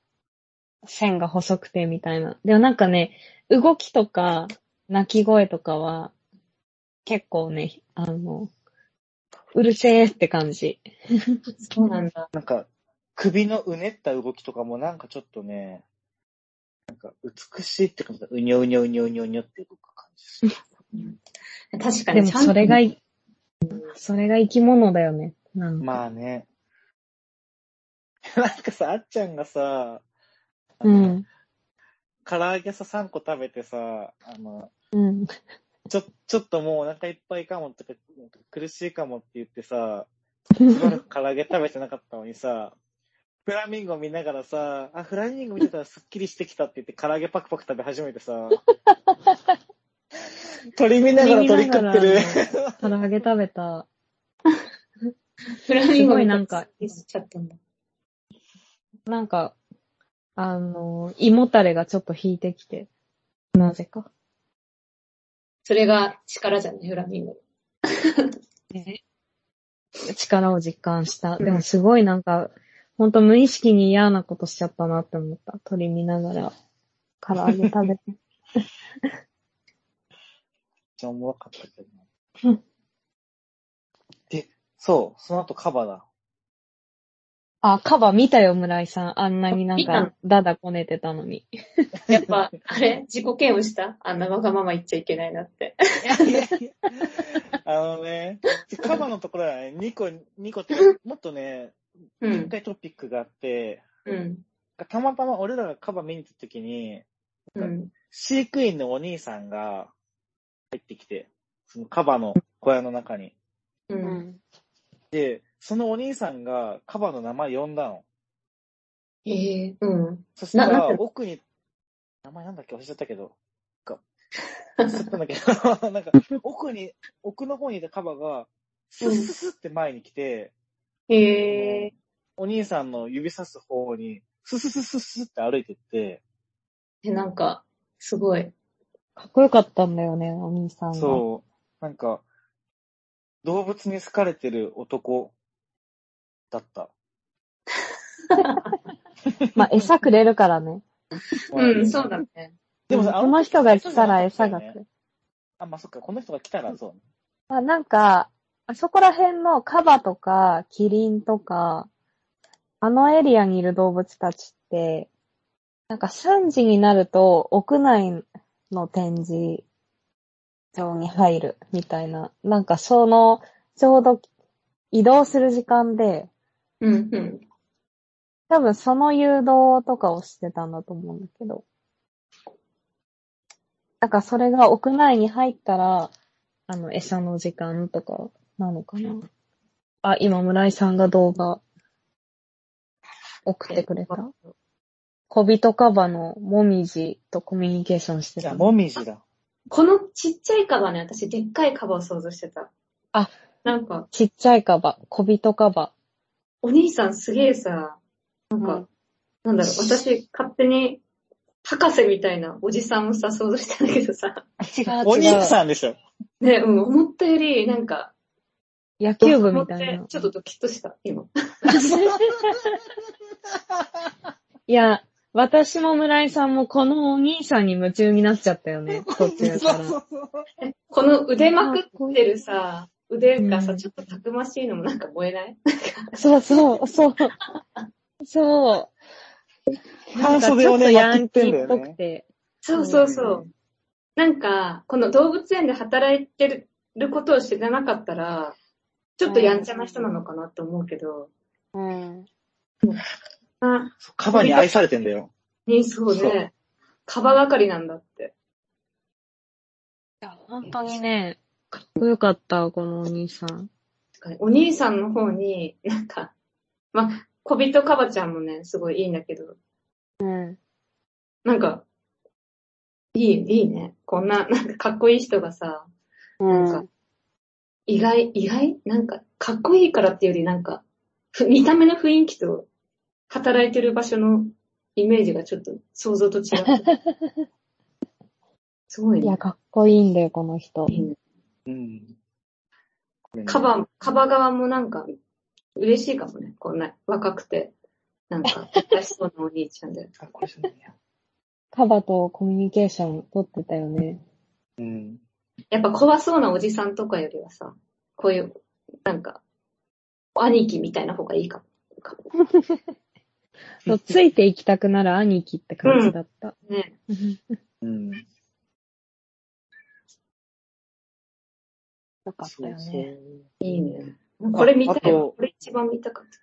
線が細くてみたいな。でもなんかね、動きとか、鳴き声とかは、結構ね、あの、うるせーって感じ。 そうなんだ。 なんか、首のうねった動きとかもなんかちょっとね、なんか美しいって感じだ。うにょうにょうにょうにょうにょって動く感じ。 確かに。 でもそれが、それが生き物だよね。なんかまあね。なんかさ、あっちゃんがさ、 うん。 唐揚げささんこ食べてさ、あの、 うん。 ちょ、ちょっともうお腹いっぱいかもとか、苦しいかもって言ってさ、しばらく唐揚げ食べてなかったのにさ、フラミンゴ見ながらさ、あ、フラミンゴ見てたらスッキリしてきたって言って唐揚げパクパク食べ始めてさ、鳥見ながら鳥食ってる。 唐揚げ食べた。 フラミンゴすごいなんか、 しちゃったんだ。 なんか、あの、胃もたれがちょっと引いてきて、なぜか。 それが力じゃない、フラミンゴ。 力を実感した。でもすごいなんか、ほんと無意識に嫌なことしちゃったなって思った。鳥見ながら、唐揚げ食べて。 めっちゃおもろかったけどな。で、そう、その後カバだ。 あ、カバ見たよ、村井さん。あんなになんか、だだこねてたのに。 やっぱ、あれ自己嫌悪したあんなわがまま言っちゃいけないなって。 いやいやいやあのね、カバのところはね、にこ、にこって、もっとね、 うん。 一回トピックがあって、 うん。 たまたま俺らがカバ見に行った時に、 うん。 飼育員のお兄さんが入ってきて、そのカバの小屋の中に。 う。 うんん。 で、そのお兄さんがカバの名前呼んだの。 ええー、うん。 そしたらななんて奥に、名前なんだっけ忘れちゃったけど、か忘れちゃったんだけど、なんか奥に、奥の方にいたカバが、スッスッスッって前に来て、 ええお兄さんの指さす方に、スススススって歩いてって、 ー。え、なんか、すごい。 かっこよかったんだよね、お兄さんが。 そう、なんか、動物に好かれてる男だった。 まあ、餌くれるからね。 うん、そうだね。 でもさ、 うんこの人が来たら餌が来る。 あ、まあ、そっか、この人が来たらそうね。 まあ、なんか、あそこら辺のカバとか、キリンとか、あのエリアにいる動物たちって、なんかさんじになると屋内の展示場に入るみたいな、なんかその、ちょうど移動する時間で、 うん、うん。 多分その誘導とかをしてたんだと思うんだけど。だからそれが屋内に入ったら、あの、餌の時間とかなのかな。あ、今村井さんが動画送ってくれた。小人カバのもみじとコミュニケーションしてた。 あ、もみじだ。 このちっちゃいカバね、私でっかいカバを想像してた。 あ、 なんか、 ちっちゃいカバ、小人カバ。 お兄さんすげえさ、なんか、 うん、 なんだろう、私勝手に博士みたいなおじさんをさ、想像してたんだけどさ。 違う違う。 お兄さんでしょ。 ね、うん、思ったより、なんか、 野球部みたいな。 ちょっとドキッとした、今。 いや、私も村井さんもこのお兄さんに夢中になっちゃったよね、途中から。 この腕まくってるさ、腕がさ、 うんちょっとたくましいのもなんか燃えない？ そうそう、そう。そう。 半袖をね、まくってんだよちょっとヤンキーっぽくね。 て。 そうそうそう。なんか、この動物園で働いてることを知らなかったら、ちょっとやんちゃな人なのかなって思うけど。 うん。 あ、 カバに愛されてんだよ。 ね、そうね。カバ係なんだって。 いや、本当にね、かっこよかった、このお兄さん。 お兄さんの方に、なんか、ま、小人カバちゃんもね、すごいいいんだけど。 うん。 なんか、いい、いいね。こんな、なんかかっこいい人がさ、なんか、意外、意外なんか、かっこいいからっていうよりなんか、見た目の雰囲気と、働いてる場所のイメージがちょっと想像と違う。すごいね。 いや、かっこいいんだよ、この人。 いいね。 うん。 カバ、カバ側もなんか、嬉しいかもね。こんな若くて、なんか、優しそうなお兄ちゃんで。 あ、これじゃないや。 カバとコミュニケーション取ってたよね。 うん。 やっぱ怖そうなおじさんとかよりはさ、こういう、なんか、兄貴みたいな方がいいかも。 そうついていきたくなる兄貴って感じだった。 うん、ね。 うん。 よかったよね。 そうそういいね。これ見たいわ。 あとこれ一番見たかった。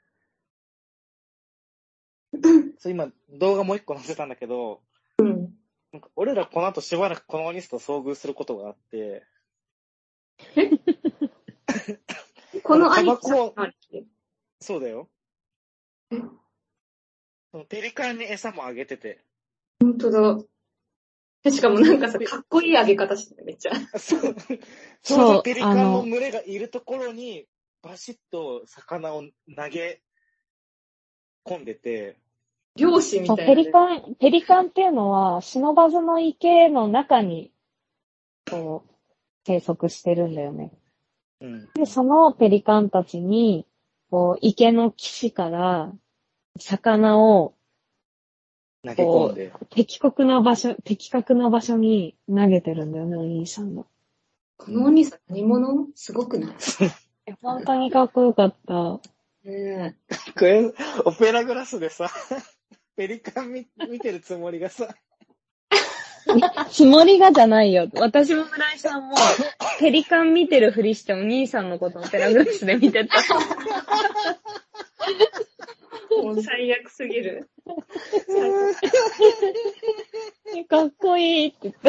そう今、動画もう一個載せたんだけど、 うん。 なんか俺らこの後しばらくこのお兄さんと遭遇することがあって、 この兄タバコさんあるっけ？ そうだよ。 えそのペリカンに餌もあげてて。 ほんとだ。でしかもなんかさ、かっこいいあげ方してる、めっちゃ。 そう。ちょうそうどペリカンの群れがいるところに、バシッと魚を投げ込んでて、 漁師みそう、 たいな、ね。 ペリカン、ペリカンっていうのは、シノバズの池の中に、こう、生息してるんだよね。 うん。 で、そのペリカンたちに、こう、池の岸から、魚を、 投げ込んで。 的確な場所、的確な場所に投げてるんだよね、お兄さんが。 このお兄さん何者？すごくない？ え本当にかっこよかった。 ねこれ、オペラグラスでさ、ペリカン見見てるつもりがさ、 つもりがじゃないよ。私も村井さんも、ペリカン見てるふりしてお兄さんのことをペラグラスで見てた。 もう最悪すぎる。 かっこいいって言って。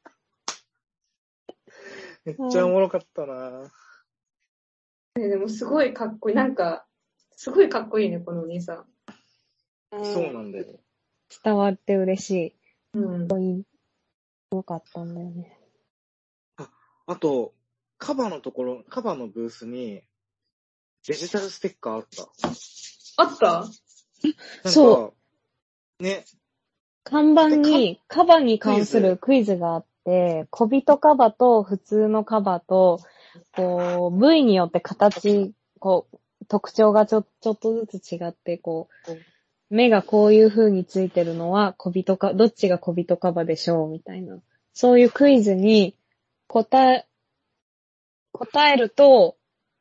めっちゃおもろかったな。 ね、でもすごいかっこいい。なんか、すごいかっこいいね、このお兄さん。 そうなんだよ。 伝わって嬉しい。 うん。 よかったんだよね。 あと、カバのところ、カバのブースに、デジタルステッカーあった。 あった？ なんかそね。 看板にカバに関するクイズがあって、小人カバと普通のカバと、こう、部位によって形、こう、特徴がちょ、ちょっとずつ違って、こう、目がこういう風についてるのは小人か、どっちが小人カバでしょうみたいな。そういうクイズに答え、答えると、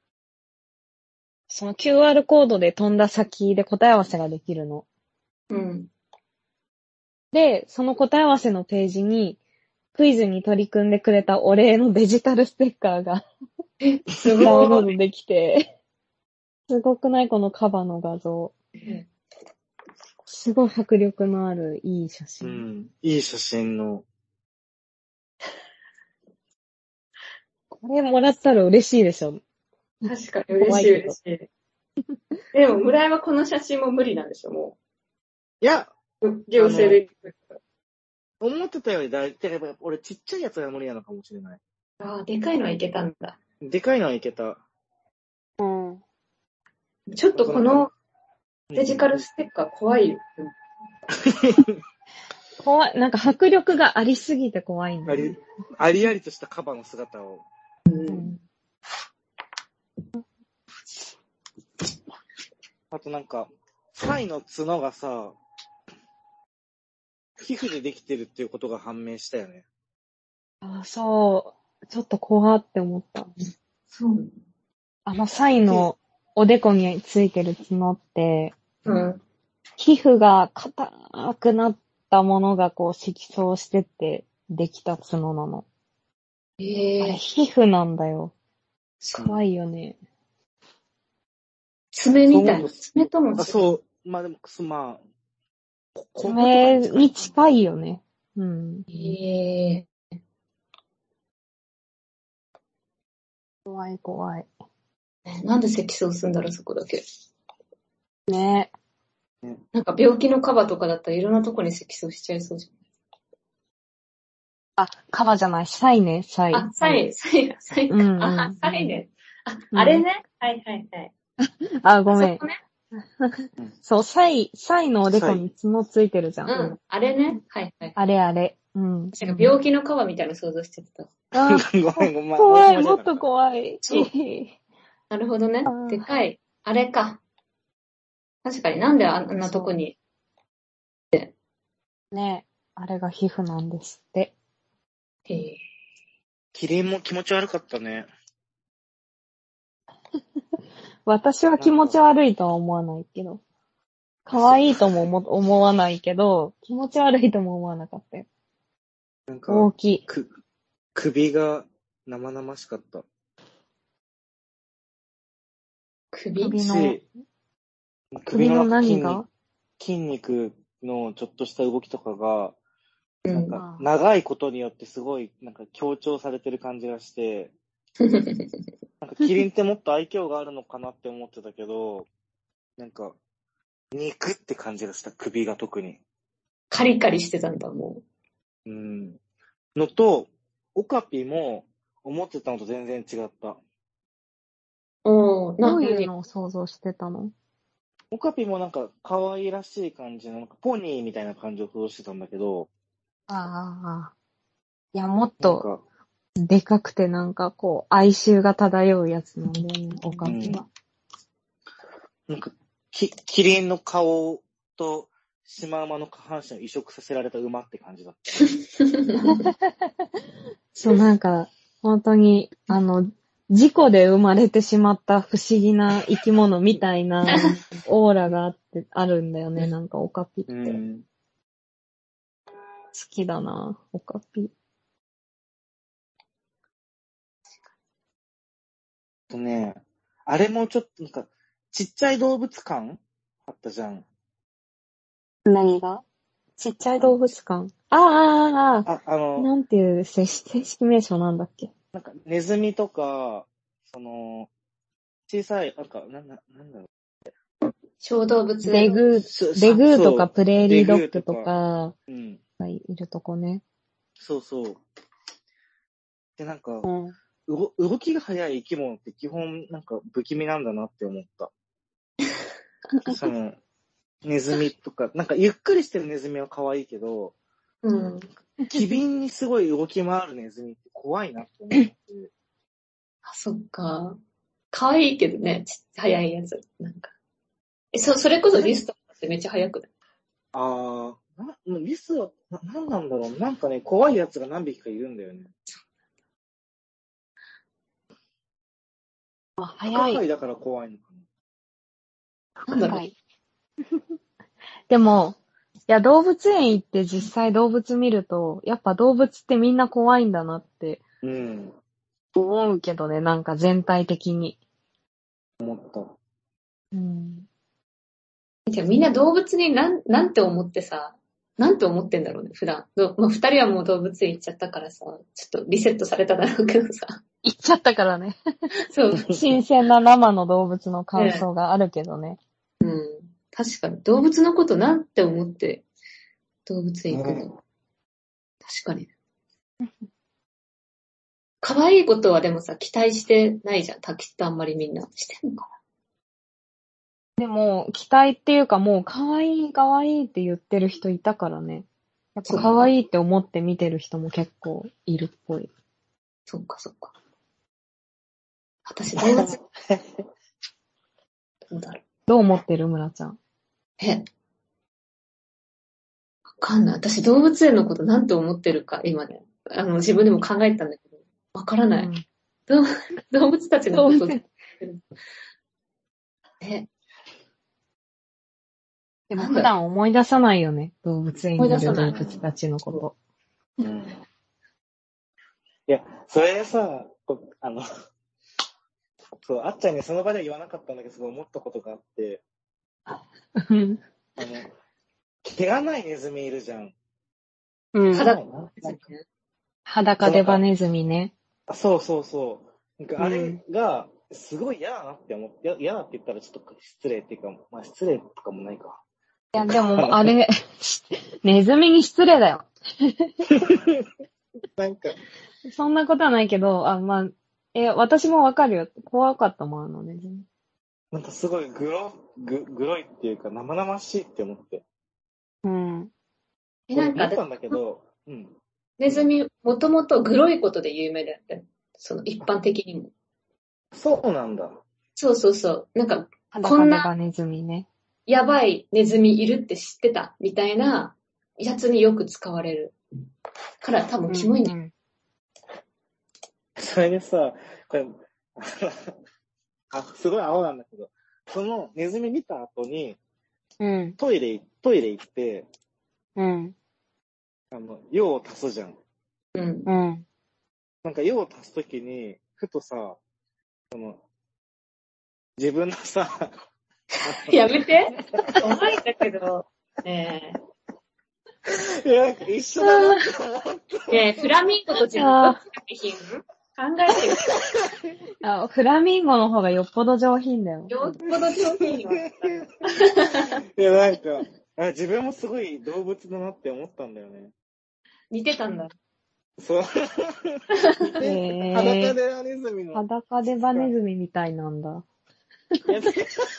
その キューアール コードで飛んだ先で答え合わせができるの。 うん。 で、その答え合わせのページに、クイズに取り組んでくれたお礼のデジタルステッカーがすダウンロごい。 ードできて、すごくないこのカバの画像。すごい迫力のあるいい写う真。 ん。いい写真の。 これもらったら嬉しいでしょ。 確かに嬉しい嬉しい。でも、村井はこの写真も無理なんでしょ、もいや、 う。行政で。 思ってたより大体、俺ちっちゃいやつが無理なのかもしれない。 ああ、でかいのはいけたんだ。 でかいのはいけた。 うん。 ちょっとこのデジカルステッカー怖いよ。 怖い。なんか迫力がありすぎて怖いんだあよね。 り、ありありとしたカバの姿を。 うんあとなんか、サイの角がさ、皮膚でできてるっていうことが判明したよね。 あ、そう。ちょっと怖って思った。 そう。 あのサイのおでこについてる角って、 うん。 皮膚が硬くなったものがこう色素してってできた角なの。あれ、 ええー。 皮膚なんだよ。怖いよね。 爪みたいな。爪とも違う。 あ、そう。まあでも、まあ、 爪に近いよね。うん。 ええー。 怖い怖い。 なんで積層するんだろう、そこだけ。 ね。 なんか病気のカバとかだったらいろんなとこに積層しちゃいそうじあ、カバじゃない、サイね、サイ。 ゃん。あ、サイ、サイ、サイか。 うんうん、 あ、サイね。あ、 うん、 あれね。はいはいはい。 あ、ごめん。 そこね。 そう、サイ、サイのおでこに角ついてるじゃん。 うん、あれね。はいはい。 あれあれ。うん。 なんか病気のカバみたいな想像しちゃった。 あごめんごめん。 怖い、もっと怖い。 なるほどね。でかい。あれか。確かになんであんなとこに。 ね、あれが皮膚なんですって。 へえ。 キリンも気持ち悪かったね。 私は気持ち悪いとは思わないけど。可愛いとも思わないけど、気持ち悪いとも思わなかったよ。 なんか大きい。 く、首が生々しかった。 首首の、 し首の何が筋肉のちょっとした動きとかが、 うん、 なんか長いことによってすごいなんか強調されてる感じがして、 なんかキリンってもっと愛嬌があるのかなって思ってたけど、なんか、肉って感じがした、首が特に。 カリカリしてたんだ、もうん。のと、オカピも思ってたのと全然違った。 う。おー、な、 どういう何のを想像してたの？ オカピもなんか可愛らしい感じの、なんかポニーみたいな感じを想像してたんだけど、 ああ。いや、もっなんとか、 でかくてなんかこう、哀愁が漂うやつなんだよね、オカピは。 なんか、き、キリンの顔とシマウマの下半身を移植させられた馬って感じだった。 そう、なんか、本当に、あの、事故で生まれてしまった不思議な生き物みたいなオーラがあって、あるんだよね、なんかオカピって。 う好ん。 きだな、オカピ。 とね、あれもちょっとなんか、ちっちゃい動物館あったじゃん。 何が？ちっちゃい動物館。ああ、ああ、 あ、あの、 なんていう正正式名称なんだっけ？ なんか、ネズミとか、その、小さい、なんか、なんだ、なんだろ小動物。 デグう。すー、デグーとかそうプレーリードッグとデグーとかかうん。 がいるとこね。 そうそう。で、なんか、 うん。 うご動きが速い生き物って基本、なんか不気味なんだなって思った。その、ネズミとか、なんかゆっくりしてるネズミは可愛いけど、 うん。 機敏にすごい動き回るネズミって怖いなって思って。 あ、そっか。可愛いけどね、ち早いやつ。なんか。え、そ、それこそリストってめっちゃ早くない？ あー、な、リスは、な、なんなんだろう。なんかね、怖いやつが何匹かいるんだよね。 あ、 不早い。 可解だから怖いのかなんだろう。 はい。でも、いや、動物園行って実際動物見ると、やっぱ動物ってみんな怖いんだなってな。うん。 思うけどね、なんか全体的に。 思った。 うん。 じゃあみんな動物になん、なんて思ってさ、なんて思ってんだろうね、普段。どまあ、二人はもう動物園行っちゃったからさ、ちょっとリセットされただろうけどさ。 行っちゃったからね。 そう。 新鮮な生の動物の感想があるけどね。 うん。確かに。動物のことなんて思って動物園行くの、 うん確かに。可愛いことはでもさ、期待してないじゃん。たきっとあんまりみんな。してんのかでも、期待っていうかもう、可愛い可愛いって言ってる人いたからね。やっぱ可愛いって思って見てる人も結構いるっぽい。 そっかそっか。私動物、どうだろう。 どう思ってる村ちゃん。 え、わかんない。私動物園のことなんて思ってるか、今ね。あの、自分でも考えたんだけど、わからない。 うん動動物たちのこと。え、 でも普段思い出さないよね。動物園にいる動思い出さない物たちのこと。 うん。いや、それでさ、こあの、そう、あっちゃんにその場では言わなかったんだけど、すごい思ったことがあって、あの、毛がないネズミいるじゃん。 うん。 裸裸デバネズミね。 あ、そうそうそう。なんかあれが、すごい嫌だなって思って、や嫌だって言ったらちょっと失礼っていうか、まあ失礼とかもないか。 いや、でも、あれ、ネズミに失礼だよ。 なんか、 そんなことはないけど、あ、まあ、え、私もわかるよ。怖かったもん、あのネズミ。 なんかすごいグロ、グ、グロいっていうか生々しいって思って。 うん。 え、なんか思ったんだけど、うん。 ネズミ、もともとグロいことで有名だったよ。その一般的にも。 そうなんだ。 そうそうそう。なんか、こ裸んなデバネズミね。 やばいネズミいるって知ってたみたいなやつによく使われる。から多分キモいね。 うんうんそれでさ、これ、あ、すごい青なんだけど、そのネズミ見た後に、 うん。 トイレ、トイレ行って、 うん。 あの、用を足すじゃん。 うん。 うん。 なんか用を足すときに、ふとさ、その、自分のさ、 やめて。怖いんだけど。ねいや、なんか一緒だなって思って。 え。ねえ、フラミンゴと自分どっちが下品？ 考えてよ。 あ、フラミンゴの方がよっぽど上品だよ。 よっぽど上品よ。 いや、なんか、あ自分もすごい動物だなって思ったんだよね。 似てたんだ。 そう。 へー裸でアネズミの。 裸でバネズミみたいなんだ。 いや、い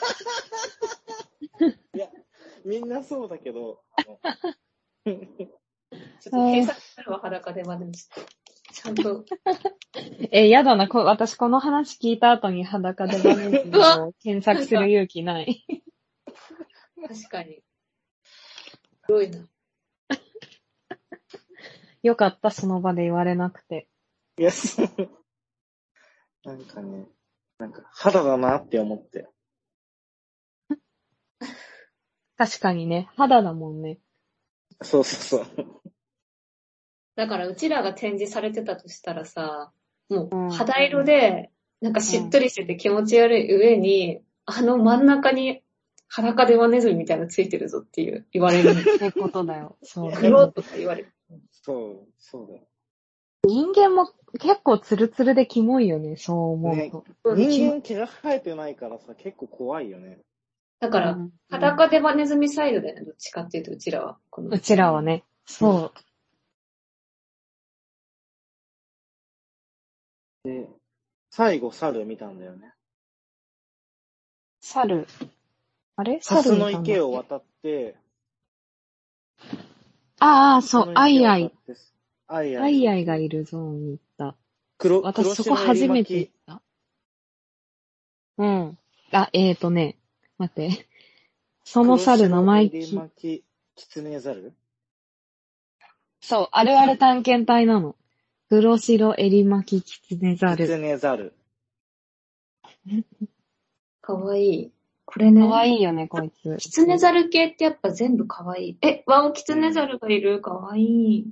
やみんなそうだけど、あのちょっと検索するわ、裸でまでちゃんと。 え、やだな。こ私この話聞いた後に裸でバネズミを検索する勇気ない。 確かに。すごいな。 よかった、その場で言われなくて。 いや、そう。なんかね、なんか肌だなって思って。 確かにね、肌だもんね。 そうそうそう。 だから、うちらが展示されてたとしたらさ、もう、肌色で、なんかしっとりしてて気持ち悪い上に、うん、あの真ん中に裸でワネズミみたいなのついてるぞっていう、言われる。 ってことだよ。そう。 黒とか言われる。 そう、そうだよ。 人間も結構ツルツルでキモいよね、そう思うと。 ね、人間毛が生えてないからさ、結構怖いよね。 だから、うん、裸でバネズミサイドだよね、どっちかっていうと、うちらは。 このうちらはね。そう。 で、最後、猿見たんだよね。 猿。あれハスの池を渡って、 ああ、そう、アイアイ。 アイアイアイがいるゾーンに行った。 黒、 私そこ初めて行った。うん。あ、えーとね、待って。その猿名前き、き、キツネザル？ そう、あるある探検隊なの。黒白襟巻きキツネザル。 キツネザル。 かわいい。これね。 かわいいよね、こいつ。 キツネザル系ってやっぱ全部かわいい。え、ワオキツネザルがいる、かわいい。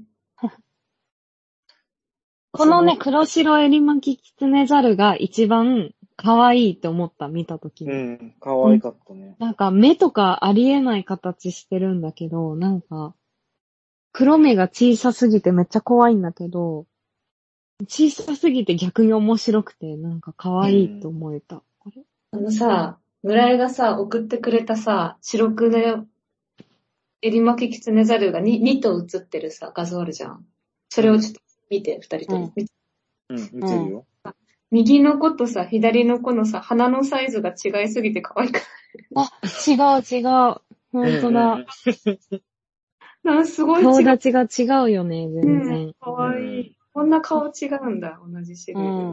このね、黒白襟巻きキツネザルが一番かわいいって思った、見たときに。 うん、かわいかったね、 うん。なんか目とかありえない形してるんだけど、なんか、黒目が小さすぎてめっちゃ怖いんだけど、小さすぎて逆に面白くて、なんか可愛いと思えた。うん、 あれあのさ、村井がさ、送ってくれたさ、白くで襟巻きキツネザルが 2, 2頭写ってるさ、画像あるじゃん。それをちょっと見て、二、うん、人とも。 うん、うん、見てるよ。 右の子とさ、左の子のさ、鼻のサイズが違いすぎて可愛くない？あ、違う違う。ほんとだ。 なんすごい違う。顔立ちが違うよね、全然。うん、 かわいい。こんな顔違うんだ、同じ種類で。うん、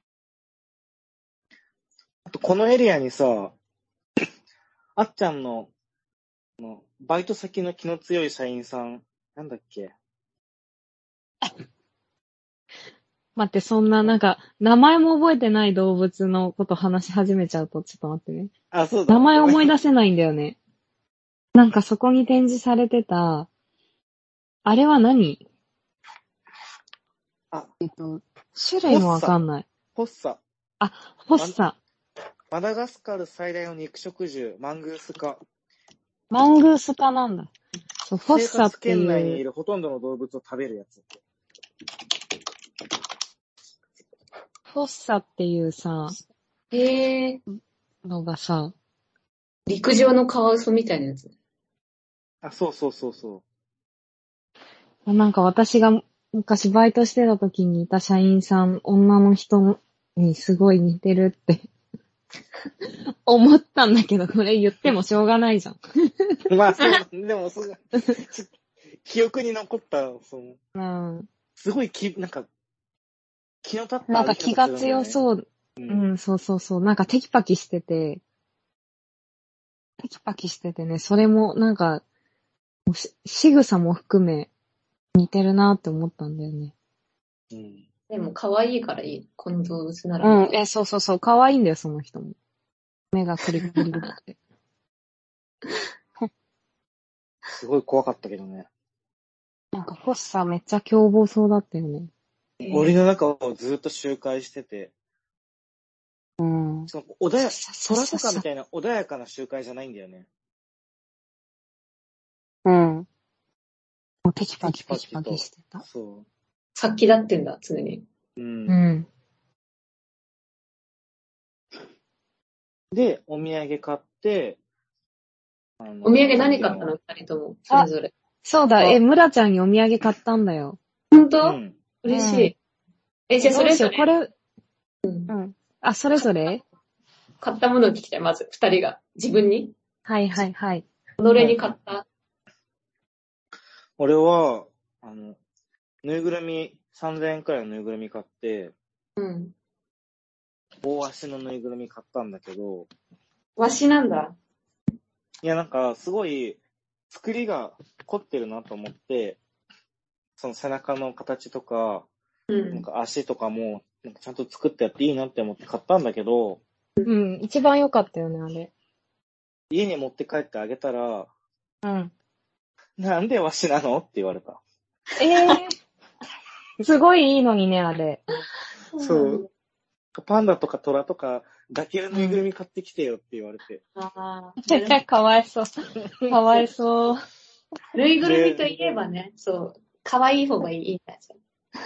あと、このエリアにさ、あっちゃんの、のバイト先の気の強い社員さん、なんだっけ待って、そんな、なんか、名前も覚えてない動物のこと話し始めちゃうと、ちょっと待ってね。 あ、そうだ。 名前思い出せないんだよね。なんかそこに展示されてた、あれは何？ あ、 えっと、種類もわかんない。 ホッサ。 あ、ホッサ。 マダガスカル最大の肉食獣、マングース科。 マングース科なんだ。そう、フォッサっていう。 生活圏内にいるほとんどの動物を食べるやつ。 フォッサっていうさ、 へーのがさ、 陸上のカワウソみたいなやつ。 あ、そうそうそうそう。なんか私が昔バイトしてた時にいた社員さん、女の人にすごい似てるって思ったんだけど、これ言ってもしょうがないじゃん。 まあ、そう、でもすごい、記憶に残った、その、 うん、 すごいき、なんか、気の立った、ね、 なんか気が強そう、うん、うん、そうそうそう、なんかテキパキしてて、テキパキしててね、それもなんか、し仕草も含め、似てるなって思ったんだよね。 うん。でも可愛いからいい、この動物なら。 うん、え、そうそうそう、可愛いんだよ、その人も。目がクリクリって。 すごい怖かったけどね。 なんか、フォッサめっちゃ凶暴そうだったよね。 森の中をずっと周回してて。 うん。 その穏や、空とかみたいな穏やかな周回じゃないんだよね。 うん。もうテキパキテキパキしてた。 そう。 殺気立ってんだ、常に。 う。 うんん。 で、お土産買って、あのお土産何買ったの二人とも、それぞれ。 そうだ、え、村ちゃんにお土産買ったんだよ。 本当、 うん。 嬉しい。 うんえ、じゃあそれぞどうしよう、これれ、うん。あ、それぞれ買ったものを聞きたい、まず、二人が。自分にはいはいはい。 己に買った。 俺は、あの、ぬいぐるみ、さんぜんえんくらいのぬいぐるみ買って、 うん。 大足のぬいぐるみ買ったんだけど、 わしなんだ。 いやなんか、すごい、作りが凝ってるなと思って、その背中の形とか、 うなんん。 か足とかも、なんかちゃんと作ってやっていいなって思って買ったんだけど、 うん、一番良かったよね、あれ。 家に持って帰ってあげたら、 うん。 なんでわしなのって言われた。 ええー、すごいいいのにね、あれ。 そう。パンダとかトラとか、抱けるぬいぐるみ買ってきてよって言われて。 ああ。 かわいそう。かわいそう。 ぬいぐるみといえばね、そう、可愛い方がいいんだじ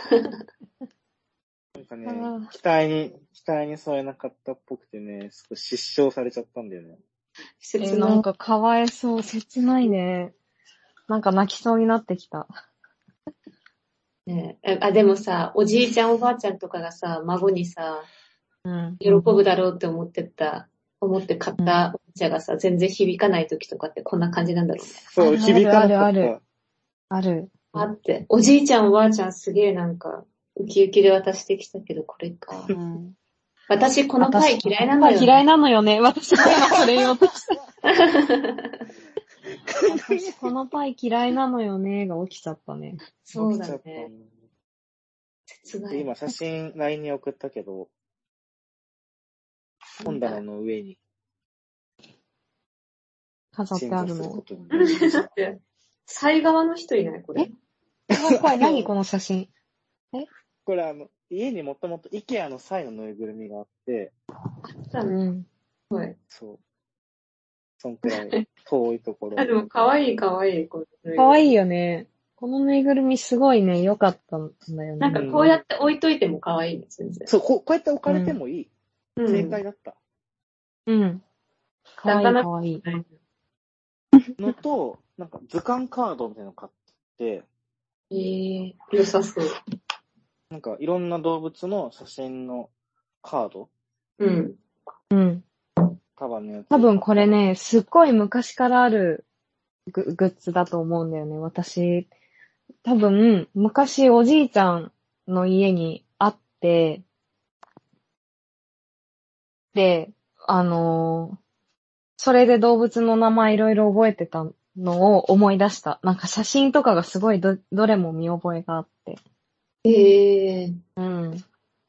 なんかね、期待に、期待に添えなかったっぽくてね、少し失笑されちゃったんだよね。 ゃん。 え、 切ない。 なんかかわいそう。切ないね。なんか泣きそうになってきた。 ねえあ、でもさ、おじいちゃんおばあちゃんとかがさ、孫にさ、 うん。 喜ぶだろうって思ってた、思って買ったおもちゃがさ、全然響かない時とかってこんな感じなんだろうね。 そう、 ある響かなかった。 あるあるある。 あって、おじいちゃんおばあちゃんすげえなんか、ウキウキで渡してきたけど、これか。 うん。 私このパイ嫌いなんだよ、ね。 パイ嫌いなのよね。私も今それ言おうとした。私このパイ嫌いなのよねが起きちゃったね。 そうだ起きちゃったね。 ね。 切ない。 で、今写真 ライン に送ったけど、本棚の上に飾って鎮座あるの。 することになりました。 サイ側の人いないこれ。 怖い、何この写真。 これあの、家にもともと IKEA のサイのぬいぐるみがあって、 うん。 そう。そんくらい遠いところあ、でも可愛い可愛いこれ。 可愛いよね。このぬいぐるみすごいね、良かったんだよね。 なんかこうやって置いといても可愛いね、全然。 そう、こうこうやって置かれてもいい。 うん、 正解だった。 うん。可愛い可愛い。 のと、なんか図鑑カードみたいなの買って、 えー、良さそう。 なんかいろんな動物の写真のカードうん。 うん。 束のやつ。 多分これね、すっごい昔からあるググッズだと思うんだよね。私、多分、昔おじいちゃんの家にあって、で、あのーそれで動物の名前いろいろ覚えてたのを思い出した。なんか写真とかがすごいど、どれも見覚えがあって。 えー。 うん。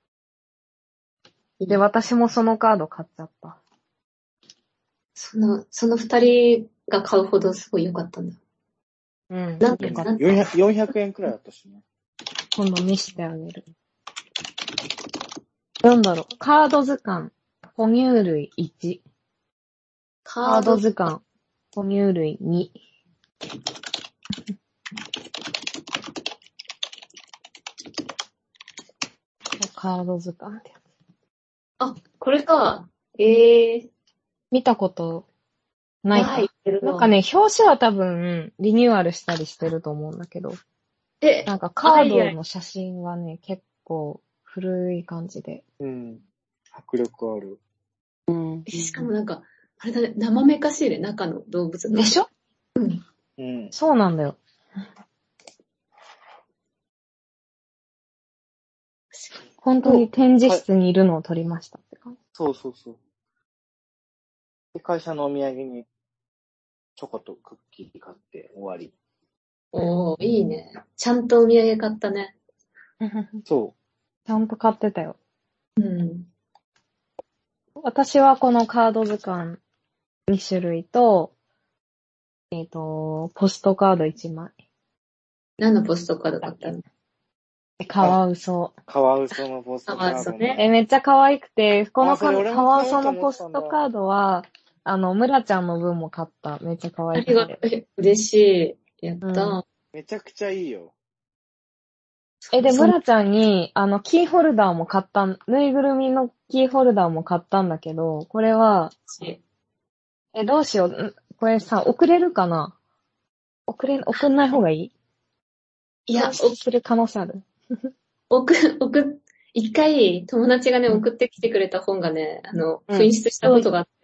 で、私もそのカード買っちゃった。 その、その二人が買うほどすごい良かったんだ。 うん。 なんかよかった。 よんひゃく、よんひゃくえんくらいだったしね。 今度見せてあげる。なんだろう。カード図鑑。哺乳類いち。カード図鑑。哺乳類に。カード図鑑ってやつ。 あ、これか。ええー。 見たことないか。 はい。 なんかね、表紙は多分リニューアルしたりしてると思うんだけど。 え、 なんかカードの写真はね、結構古い感じで。 うん。迫力ある。 うん。 しかもなんか、あれだね、生めかしいね、中の動物の。 でしょ？ うん。 うん。 そうなんだよ。本当に展示室にいるのを撮りましたって感じ。 そうそうそう。で、会社のお土産に、チョコとクッキー買って終わり。 おー、いいね。ちゃんとお土産買ったね。 そちゃんと買ってたよ。 うん。 私はこのカード図鑑に種類と、えっと、ポストカードいちまい。 何のポストカード買ったの？ カワウソ。 う。カワウソのポストカード、ね。 カワウソねえ、めっちゃ可愛くて、このカあそれ俺もカワウ買おうとソのポ思ってたんだストカードは、あの、ムラちゃんの分も買った。めっちゃ可あ愛くて。 りがとう。え、嬉しい。やった、 うんめちゃくちゃいいよ。 え、で、 そうムラちゃんに、あの、キーホルダーも買ったん、ぬいぐるみのキーホルダーも買ったんだけど、これは、え、どうしよう。んこれさ、送れるかな？送れ、送んない方がいい？ いや、 紛失する可能性ある？ 送、送、一回友達がね、送ってきてくれた本がね、あの、 うん紛失したことがあって。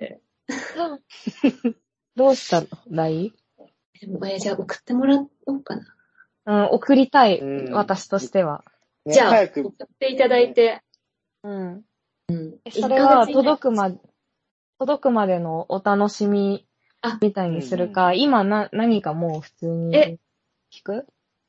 どうしたらいい？ でも、え、じゃあ送ってもらおうかな。 うん、送りたい、 うん私としては。 ねじゃあ、 早く、 送っていただいて、 うん。 うん。 それは一ヶ月以内届くま、届くまでのお楽しみあ、 みたいにするか、今な、何かもう普通にえ聞く？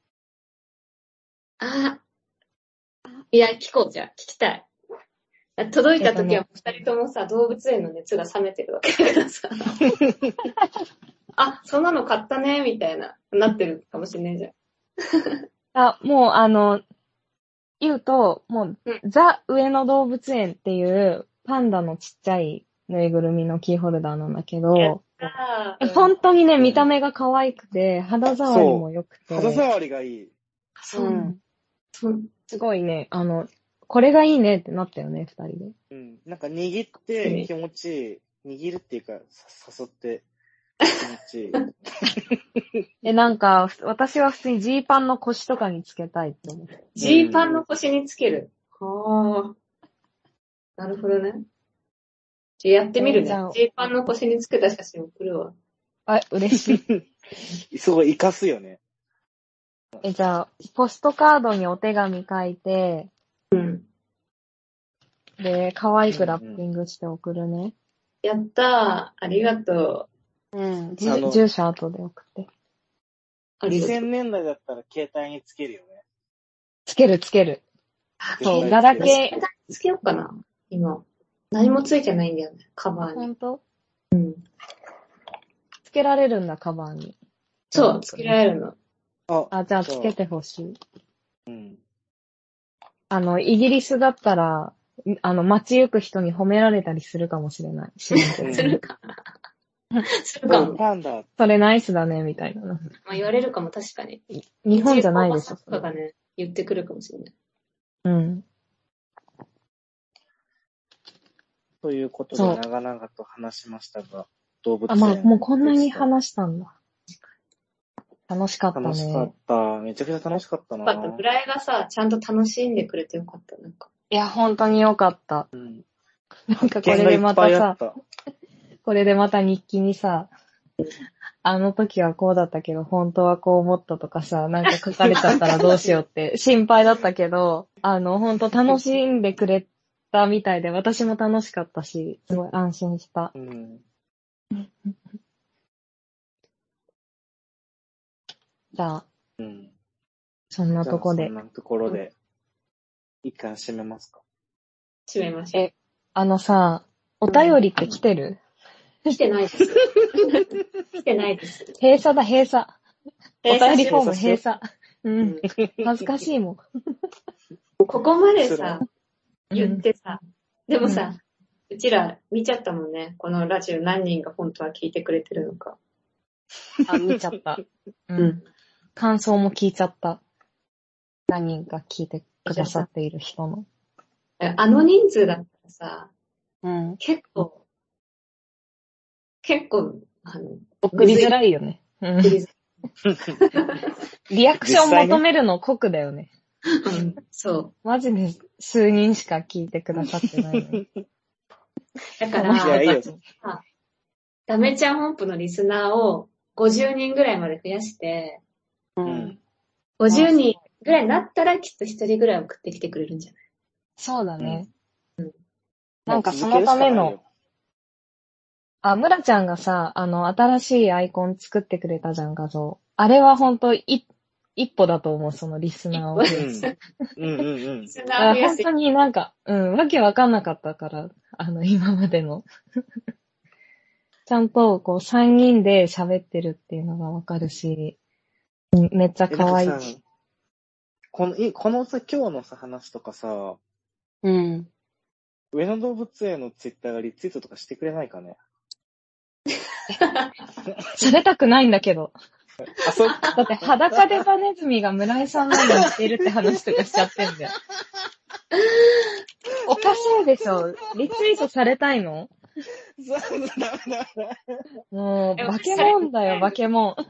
あ、いや、聞こうじゃあ、聞きたい。届いた時えっは二人ともさ、動物園の熱が冷めてるわけだからさ。あ、そんなの買ったね、みたいな、なってるかもしれないじゃん。 あ、もうあの、言うと、もう、 うんザ・上野動物園っていうパンダのちっちゃいぬいぐるみのキーホルダーなんだけど、 あえ本当にね、 うん見た目が可愛くて、肌触りも良くて、 肌触りがいい。 そうう。 ん、 そう。 すごいね、あの、これがいいねってなったよね、二人で。 うん。なんか握って気持ちいい。握るっていうか、さ誘って気持ちいい。 え、なんか、私は普通にジーパンの腰とかにつけたいって思って。 ジーパンの腰につける。はあ。なるほどね。じゃあやってみるね。 えーじゃあジーパンの腰につけた写真送るわ。 あ、嬉しい。 すごい活かすよね。 え、じゃあ、ポストカードにお手紙書いて、 うん。 で、可愛くラッピングして送るね。 やったー。ありがとう。 うん。じあの住所後で送って。 ありがとう。 にせんねんだいだったら携帯につけるよね。 つけるつける。そう、 絶対ガラつけるケつけようかな。今。何もついてないんだよね。カバー、 ーに。 ほんと？ うん。 つけられるんだ、カバーに。 そう、つけられるの。 あ、 あ、じゃあつけてほしい。 うん。 あの、イギリスだったら、あの、街行く人に褒められたりするかもしれない。知らんけどうんするかな。するかも。 パンダ。 それナイスだね、みたいな。 まあ言われるかも、確かに。 日本じゃないでしょ、 とかがね、言ってくるかもしれない。 うん。 ということそうで、長々と話しましたが、動物あ、 園。 まあ、もうこんなに話したんだ。楽しかった楽しかっね。 た。めちゃくちゃ楽しかったな。 よかった。村井がさ、ちゃんと楽しんでくれてよかった。なんか。 いや、本当によかった。 うん。 なんかこれ発見がいでまたっぱいあっさ、 た。 これでまた日記にさ、あの時はこうだったけど、本当はこう思ったとかさ、なんか書かれちゃったらどうしようって心配だったけど、あの、本当楽しんでくれたみたいで、私も楽しかったし、すごい安心した。 うん。 じゃあ、 うん。 そんなとこでじゃあそん。なところで、一貫締めますか。 閉めましょう。 え、あのさ、お便りって来てる？ 来てないです。来てないです。 閉鎖だ、閉鎖。お便りフォーム閉閉鎖。う。 うんん恥ずかしいもん。 ここまでさ、 うん言ってさ、でもさ、うちら見ちゃったもんね。このラジオ何人が本当は聞いてくれてるのか。 あ、見ちゃった。う。 うん感想も聞いちゃった。何人か聞いてくださっている人の。 あの人数だったらさ、 うん。 結構、結構、あの、 送りづらいよね。うん。 送りづリアクション求めるの酷だよね。 らい。うんそう。 マジで数人しか聞いてくださってないのに。 だかいや、いいら、 よ。 ダメちゃん本舗のリスナーをごじゅうにんぐらいまで増やして、 うん。 ごじゅうにんぐらいになったらきっとひとりぐらい送ってきてくれるんじゃない？ そうだね。 うんなんかそのための、あ、ムラちゃんがさ、あの、新しいアイコン作ってくれたじゃん、画像。あれは本当い、一歩だと思う、そのリスナーを増やす。 うんうんうんリ。スナーあ増やす。 本当になんか、うん、わけわかんなかったから、あの、今までの。ちゃんと、こう、三人で喋ってるっていうのがわかるし、うんめっちゃえ可愛いなんかさこの、いこのさ、今日のさ、話とかさ、 うん。 上野動物園のツイッターがリツイートとかしてくれないかね。 されたくないんだけど。 あ、そっだって裸でバネズミが村井さんのに似てるって話とかしちゃってんだよ。おかしいでしょ。リツイートされたいの？ そうだだだ。 もう、バケモンだよ、バケモン。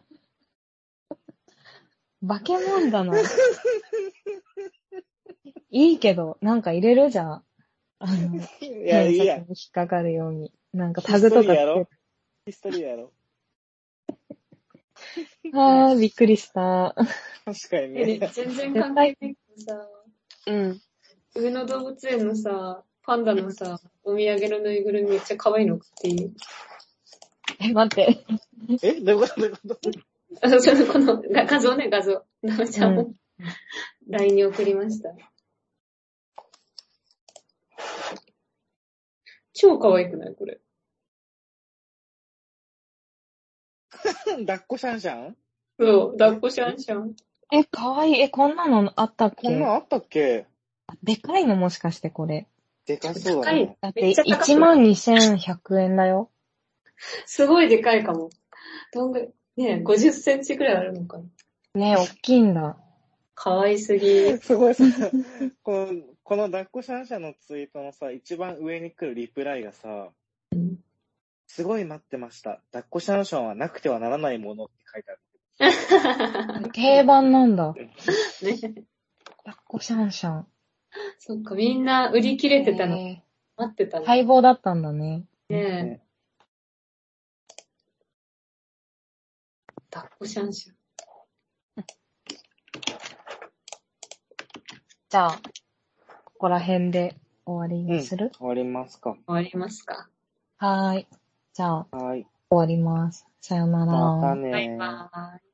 バケモンだな。いいけど、なんか入れるじゃん。あの、 いや、いいや。 に引っかかるように。なんかタグとかつけヒストリーやろヒストリーやろあー、びっくりした。 確かにえ、 ね。 全然関係ないけどさ、 うん。 上野動物園のさ、パンダのさ、お土産のぬいぐるみめっちゃ可愛いの送っていい？ え、待って。 えどういうことどういうことあ、その、このが画像ね、画像。なおちゃんも、 うんライン に送りました。超可愛くないこれ。 抱っこシャンシャンそう、抱っこシャンシャン。 え、かわいい。え、こんなのあったっこんなんけ？ あったっけでかいのもしかしてこれ。 でかそうだ高いね。。 だってめっちゃ高くいちまんにせんひゃくえんだよ。 すごいでかいかも。どんぐらい、ねえ、ごじゅっセンチくらいあるのかな。 ねえ、おっきいんだ。 可愛すぎ。 すごいさ、この、この抱っこシャンシャンのツイートのさ、一番上に来るリプライがさ、すごい待ってました。抱っこシャンシャンはなくてはならないものって書いてある。 定番なんだ。 ね、 抱っこシャンシャン。 そっか、みんな売り切れてたの。 え待ってたの。 ー待望だったんだね。 ねえ。抱っこシャンシャン。 じゃあ、ここら辺で終わりにする？ 終わりますか。 終わりますか。 はーい。じゃあ、 はい。 終わります。さよなら。 またねー。 バイバーイ。